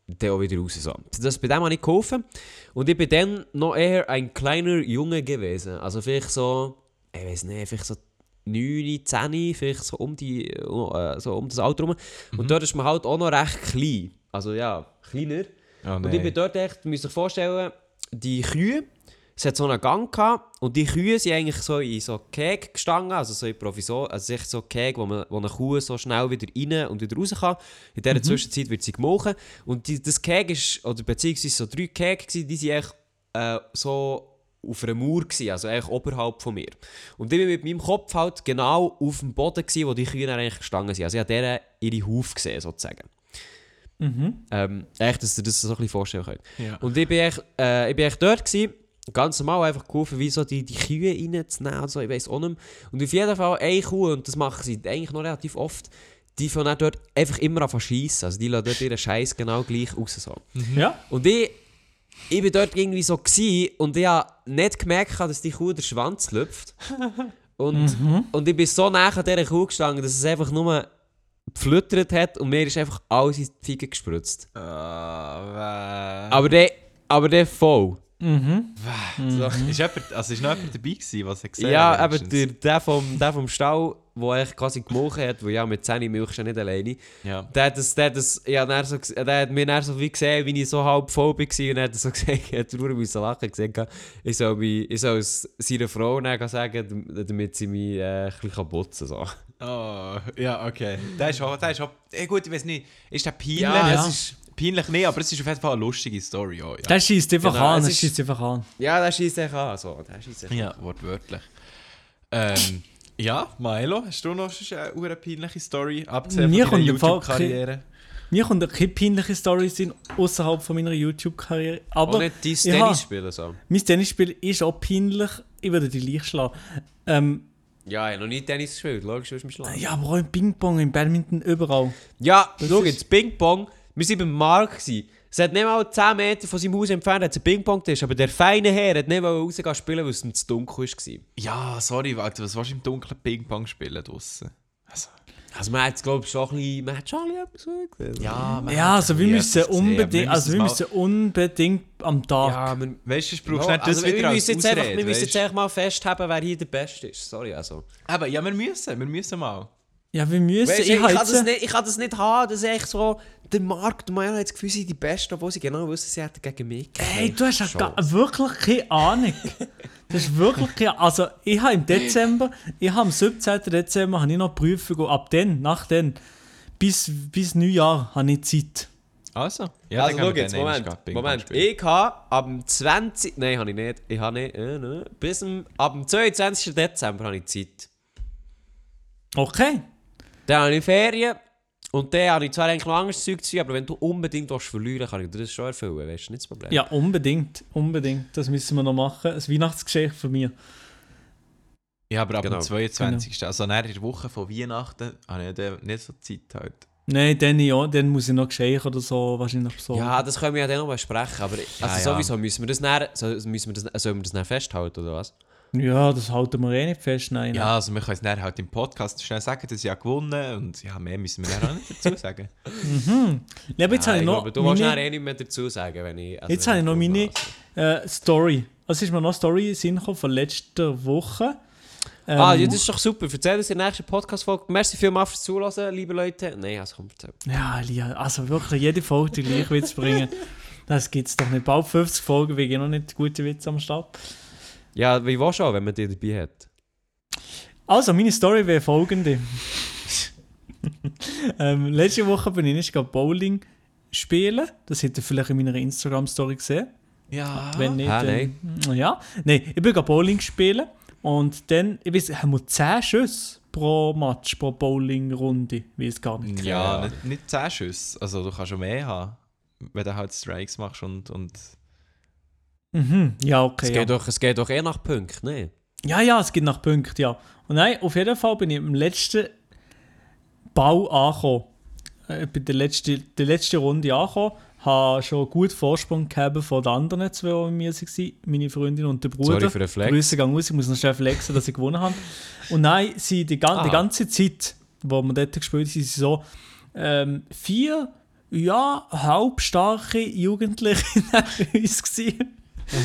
dann auch wieder raus. So. Das bei dem habe ich geholfen. Und ich bin dann noch eher ein kleiner Junge gewesen. Also vielleicht so, ich weiß nicht, vielleicht so 9, 10, vielleicht so um das Alter rum. Und dort ist man halt auch noch recht klein. Also ja, kleiner. Oh, und ich bin dort echt, müsst ihr euch vorstellen, die Kühe, es hat so einen Gang gehabt und die Kühe sind eigentlich so in so Käge gestanden, also so in Provisor, also echt so Käge, wo eine Kuh so schnell wieder rein und wieder raus kann. In dieser Zwischenzeit wird sie gemolken. Und das Käge ist, oder beziehungsweise so 3 Käge gewesen, die sind echt so auf einer Mauer gewesen, also eigentlich oberhalb von mir. Und ich war mit meinem Kopf halt genau auf dem Boden gewesen, wo die Kühe dann eigentlich gestanden sind. Also ich habe deren ihre Hufe gesehen, sozusagen. Echt, dass ihr das so ein bisschen vorstellen könnt. Ja. Und ich bin echt dort gewesen, ganz normal einfach geholfen, wie so die Kühe reinzunehmen und so, ich weiss auch nicht mehr. Und auf jeden Fall eine Kuh, und das machen sie eigentlich noch relativ oft, die von dort einfach immer an verschiessen. Also die lassen dort ihren Scheiß genau gleich raus. So. Ja. Und ich war dort irgendwie so gewesen, und ich habe nicht gemerkt, dass die Kuh den Schwanz lüpft. Und ich bin so nah an dieser Kuh gestanden, dass es einfach nur geflüttert hat und mir ist einfach alles in die Fiege gespritzt. Aber der voll. So, ist noch jemand dabei gewesen, was er gesehen Ja, hat? aber der vom Stall, der eigentlich quasi gemolken hat, weil ja mit 10 milchst du ja nicht alleine, Ja. der hat mir dann so wie gesehen, wie ich so halb voll war, und hat so gesagt, er hat müssen lachen, gesagt, ich soll es seiner Frau dann sagen, damit sie mich ein bisschen putzen kann. So. Oh, ja, okay. Der ist auch gut, ich weiß nicht, ist der peinlich? Ja, ja. Es ist peinlich nicht, aber es ist auf jeden Fall eine lustige Story. Oh, ja. Der schießt einfach Genau, an, es der ist- schießt einfach an. Ja, der schießt echt an. So. Ja, wortwörtlich. Ja, Milo, hast du noch eine peinliche Story, abgesehen Mir von deiner kommt im Fall YouTube-Karriere? Mir kommt keine peinliche Story in außerhalb von meiner YouTube-Karriere. Auch Aber nicht dein ich Tennis habe- spielen. So. mein Tennisspiel ist auch peinlich. Ich würde die leicht schlagen. Ja, ich habe noch nie Tennis gespielt. Logisch, du hast mich schlagen. Ja, aber auch im Ping-Pong, im Badminton, überall. Ja, Das schau ist- jetzt, Ping-Pong. Wir waren beim Markt. Es hat nicht mal 10 Meter von seinem Haus entfernt hat's einen Ping-Pong-Tisch, aber der feine Herr hat nicht rausgehen spielen, weil es ihm zu dunkel war. Ja, sorry, warte, was willst du im dunklen Ping-Pong spielen draussen? Also man hat glaube ich schon ein bisschen, man hat schon ein bisschen etwas gesehen. Ja, man Ja, hat also wir ein müssen bisschen etwas unbedingt, gesehen, also wir müssen unbedingt am Tag. Ja, Weißt du, du brauchst ja, nicht das also wieder wir als müssen jetzt einfach, Ausrede, wir müssen jetzt weisst einfach mal festhalten, wer hier der Beste ist. Sorry, also. Aber ja, wir müssen mal. Ja, wir müssen. Weißt, ich habe jetzt, ich kann das nicht haben, das ist echt so, der Markt, man hat das Gefühl, sie sind die Besten, obwohl sie genau wissen, sie hätten gegen mich Hey, du hast ja Chance. wirklich keine Ahnung. Das ist wirklich keine. Also, ich habe im Dezember, am 17. Dezember, habe ich noch Prüfung. Ab dann, nach dann, bis Neujahr, habe ich Zeit. Also, ja, Also schau jetzt, Moment. Ich habe am 20... Nein, habe ich nicht. Ich habe nicht... ab dem 22. Dezember habe ich Zeit. Okay. Dann habe ich Ferien. Und dann habe ich zwar eigentlich noch anderes Zeug zu tun, aber wenn du unbedingt verlieren willst, kann ich dir das schon erfüllen. Weißt du, nicht das Problem. Ja, unbedingt. Unbedingt. Das müssen wir noch machen. Ein Weihnachtsgeschenk von mir. Ja, aber ab Genau. dem 22. Also nach der Woche von Weihnachten habe ich dann nicht so Zeit halt. Nein, dann ja. Dann muss ich noch Geschenke oder so. Wahrscheinlich so. Ja, das können wir ja dann noch besprechen. Aber also ja. sowieso müssen wir das dann, sollen wir das dann festhalten, oder was? Ja, das halten wir eh nicht fest. Nein. Ja, also wir können es dann halt im Podcast schnell sagen, dass ich ja gewonnen und ja, mehr müssen wir dann auch nicht dazu sagen. Ja, aber jetzt habe ich noch. glaube, du willst dann meine, eh nicht mehr dazu sagen, wenn ich... Also jetzt wenn habe ich noch gewonnen meine habe. Story. Also ist mir noch eine Story in den Sinn gekommen von letzter Woche. Ja, das ist doch super. Erzähl uns in der nächsten Podcast-Folge. Merci vielmals fürs Zuhören, liebe Leute. Nein, also komm, erzähl. Ja, Lia, also wirklich jede Folge den gleichen Witz bringen. Das gibt es doch nicht. Bald 50 Folgen, wir gehen noch nicht gute Witze am Start. Ja, wie war schon, wenn man dich dabei hat? Also, meine Story wäre folgende. Letzte Woche bin ich nicht Bowling spielen. Das habt ihr vielleicht in meiner Instagram-Story gesehen. Ja. Wenn nicht, nein. Ja. Nein, ich bin Bowling spielen. Und dann, ich weiß, haben wir 10 Schüsse pro Match, pro Bowling-Runde. Ich weiß gar nicht. Ja, nicht 10 Schüsse. Also du kannst schon mehr haben, wenn du halt Strikes machst und Mhm. Ja, okay. Es geht doch eh nach Punkten, ne? Ja, es geht nach Punkten, ja. Und nein, auf jeden Fall bin ich im letzten Bau angekommen. Ich bin der letzte Runde angekommen. Habe schon gut Vorsprung gehabt von den anderen zwei, die mit mir waren. Meine Freundin und der Bruder. Sorry für den Flex. Grüße gehen aus, ich muss noch schnell flexen, dass ich gewonnen habe. Und nein, sie die ganze Zeit, wo wir dort gespielt haben, sind sie so 4 ja, halbstarke Jugendliche neben uns gewesen.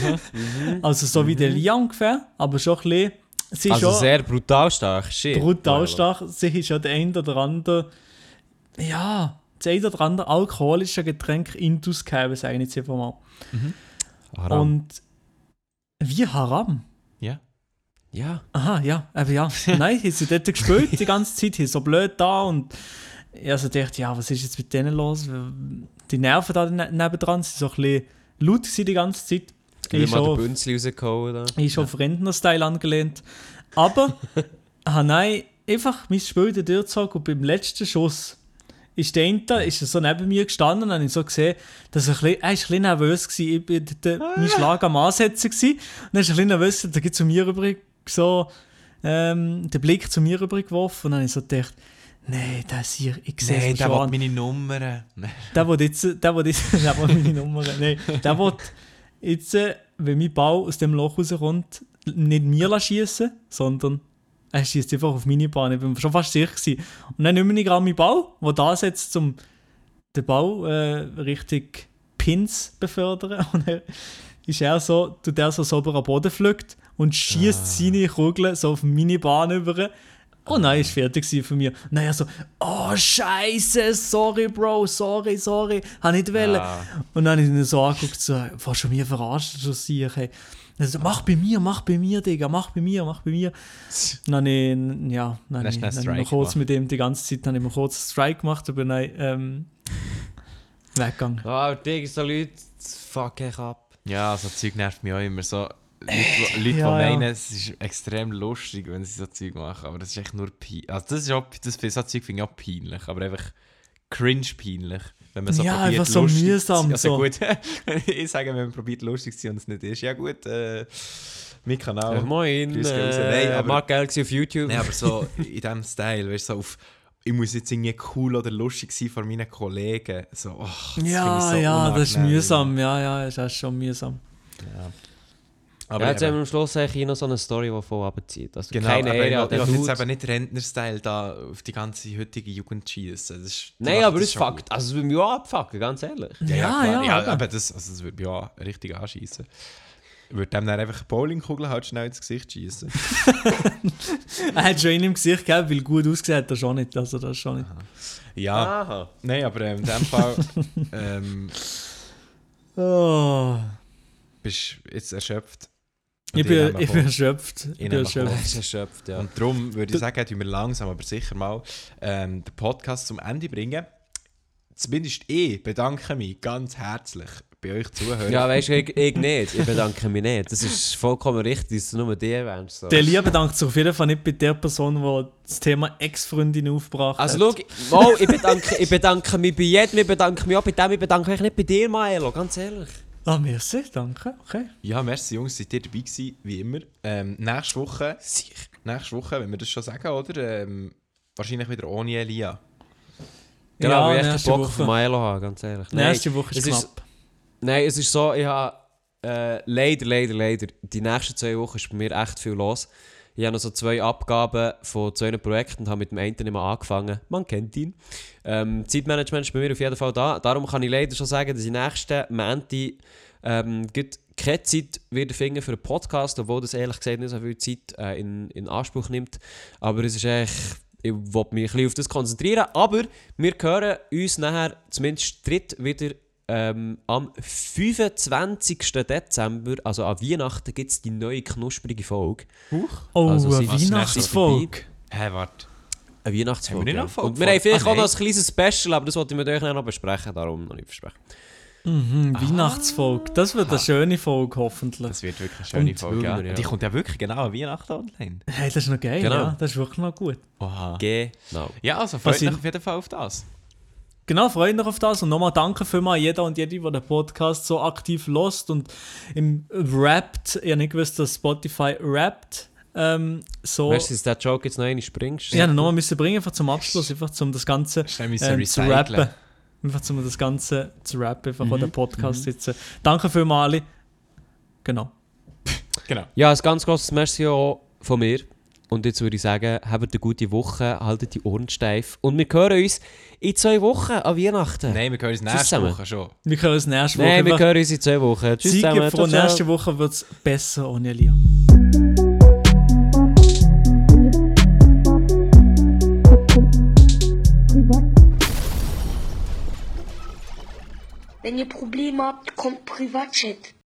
Also so wie der Lia ungefähr, aber schon ein bisschen... Sie ist Also schon sehr brutal stark. Shit. brutal stark. Sie ist ja der ein oder andere... Ja, das ein oder andere alkoholische Getränk intus gehabt, sage ich jetzt einfach mal. Haram. Und wie Haram? Ja. Ja. Aha, ja, aber ja. Nein, haben sie dort gespielt die ganze Zeit, haben so blöd da und ich also dachte, ja, was ist jetzt mit denen los? Die Nerven da nebendran sind so ein bisschen laut gewesen die ganze Zeit. Ich Ich habe mal schon, den Bünzli rausgehauen. Da. ich schon auf Rentner-Style angelehnt. Aber, nein, einfach mein Spiel durchgezogen und beim letzten Schuss ist der eine, ist er so neben mir gestanden und habe ich so gesehen, dass er ist ein bisschen nervös war. Ich war dort mein Schlag am Ansetzen gewesen. Und dann ist er ein bisschen nervös, da geht zu mir rüber so den Blick zu mir rübergeworfen und dann habe ich so gedacht, nein, das hier, ich sehe Nein, es der schon will an. meine Nummern. Nein. Der will meine Nummer. Nein, der will jetzt, wenn mein Ball aus dem Loch rauskommt, nicht mir schießen, sondern er schießt einfach auf meine Bahn. Ich war schon fast sicher gewesen. Und dann nehme ich gerade meinen Ball, der da setzt, um den Ball Richtung Pins befördern. Und dann ist er so, tut er so sauber am Boden pflückt und schießt seine Kugeln so auf meine Bahn über. Oh nein, ist fertig von mir. Und dann er so, oh Scheiße, sorry Bro, sorry, hab nicht wollen. Und dann habe ich ihn so angeguckt, so, was schon mir verarscht, so sicher. Hey. Also, mach bei mir, Digga, mach bei mir. Und dann habe ich noch kurz mit ihm die ganze Zeit habe ich mir kurz einen Strike gemacht, aber dann weggegangen. Ah, Digga, so Leute, fuck ich ab. Ja, so Zeug nervt mich auch immer. So Leute, die Ja, meinen, ja. es ist extrem lustig, wenn sie so Zeug machen, aber das ist echt nur peinlich. Also das ist auch, so Zeug finde ich auch peinlich, aber einfach cringe peinlich. Wenn man so Ja, probiert, einfach so lustig zu mühsam, sein. Also so. gut, ich sage, wenn man probiert lustig zu sein und es nicht ist, ja gut, mein Kanal. Moin, Grüße gehen raus. Nein, aber- mag geil gewesen auf YouTube. Nein, aber so in diesem Style, weißt du, so auf, ich muss jetzt irgendwie cool oder lustig sein vor meinen Kollegen. So, das finde ich so Ja, das ist unangenehm. mühsam. Ja, das ist schon mühsam. Ja. Aber jetzt haben wir am Schluss eigentlich noch so eine Story, die voll abzieht. Also Genau, keine aber Ehre an ich den will jetzt Dude. eben nicht Rentner-Style da auf die ganze heutige Jugend schießen. Nein, aber es fuckt. Also es würde mich auch abfucken, ganz ehrlich. Ja, aber- aber das würde mich auch richtig anschießen. Ich würde dem dann einfach eine Bowlingkugel halt schnell ins Gesicht schießen. Er hat schon in im Gesicht gehabt, weil gut ausgesehen hat er schon nicht. Also das schon nicht. Ja, Aha. nein, aber in dem Fall Oh. bist du jetzt erschöpft. Ich bin erschöpft. Ich Ich bin nehme erschöpft. Das ist erschöpft, ja. Und darum würde ich sagen, tun wir langsam, aber sicher mal den Podcast zum Ende bringen. Zumindest ich bedanke mich ganz herzlich bei euch Zuhörern. Ja, weißt du, ich nicht. Ich bedanke mich nicht. Das ist vollkommen richtig, dass du nur dir erwähnst. So. Der Lia bedankt sich auf jeden Fall nicht bei der Person, die das Thema Ex-Freundin aufgebracht Also hat. schau, mal, ich bedanke mich bei jedem, ich bedanke mich auch bei dem, ich bedanke mich nicht bei dir, Maelo, ganz ehrlich. Ah, merci, danke. Okay. Ja, merci Jungs, seid ihr dabei gewesen, wie immer. Nächste Woche, wenn wir das schon sagen, oder? Wahrscheinlich wieder ohne Elia. Genau, Ja, weil ich echt nächste Bock auf Woche. Maelo habe, ganz ehrlich. Nächste Woche ist es knapp. Nein, es ist so, ich habe leider, die nächsten 2 Wochen ist bei mir echt viel los. Ich habe noch so 2 Abgaben von 2 Projekten und habe mit dem einen nicht mehr angefangen. Man kennt ihn. Zeitmanagement ist bei mir auf jeden Fall da. Darum kann ich leider schon sagen, dass ich nächsten Montag keine Zeit wieder finden für einen Podcast, obwohl das ehrlich gesagt nicht so viel Zeit in Anspruch nimmt. Aber es ist echt, ich will mich ein bisschen auf das konzentrieren. Aber wir hören uns nachher zumindest dritt wieder am 25. Dezember, also an Weihnachten, gibt es die neue knusprige Folge. Oh, Also, eine sie ist Weihnachtsfolge. Hä, warte. Eine Weihnachtsfolge. Haben wir nicht Ja. noch Folge Und wir haben vielleicht vor? auch noch ein kleines Special, aber das wollte ich mit euch noch besprechen, darum noch nicht versprechen. Weihnachtsfolge. Das wird eine schöne Folge, hoffentlich. Das wird wirklich eine schöne Und Folge. Ja. Wunder, ja. Die kommt ja wirklich genau an Weihnachten online. Hey, das ist noch geil, Genau. ja. Das ist wirklich noch gut. Oha. Genau. Ja, also freut Was ich- euch auf jeden Fall auf das. Genau, freut mich auf das. Und nochmal danke vielmals an jeder und jede, die den Podcast so aktiv lost und im rappt. Ich habe nicht gewusst, dass Spotify rappt. So. Weißt du, dass der Joke jetzt noch einmal springst? Ich habe ihn nochmal müssen bringen, einfach zum Abschluss, einfach zum das Ganze Schnell müssen zu recyceln. rappen. Einfach zum das Ganze zu rappen, einfach an den Podcast sitzen. Danke vielmals alle. Genau. Genau. Ja, ein ganz grosses Merci auch von mir. Und jetzt würde ich sagen, habt eine gute Woche, haltet die Ohren steif. Und wir hören uns in 2 Wochen an Weihnachten. Nein, wir hören uns Tschüss nächste zusammen. Woche schon. Wir hören uns nächste Woche. Nein, wir hören uns in 2 Wochen. Tschüss Siege zusammen. von Ciao, ciao. nächste Woche wird es besser ohne Elia. Wenn ihr Probleme habt, kommt Privatchat.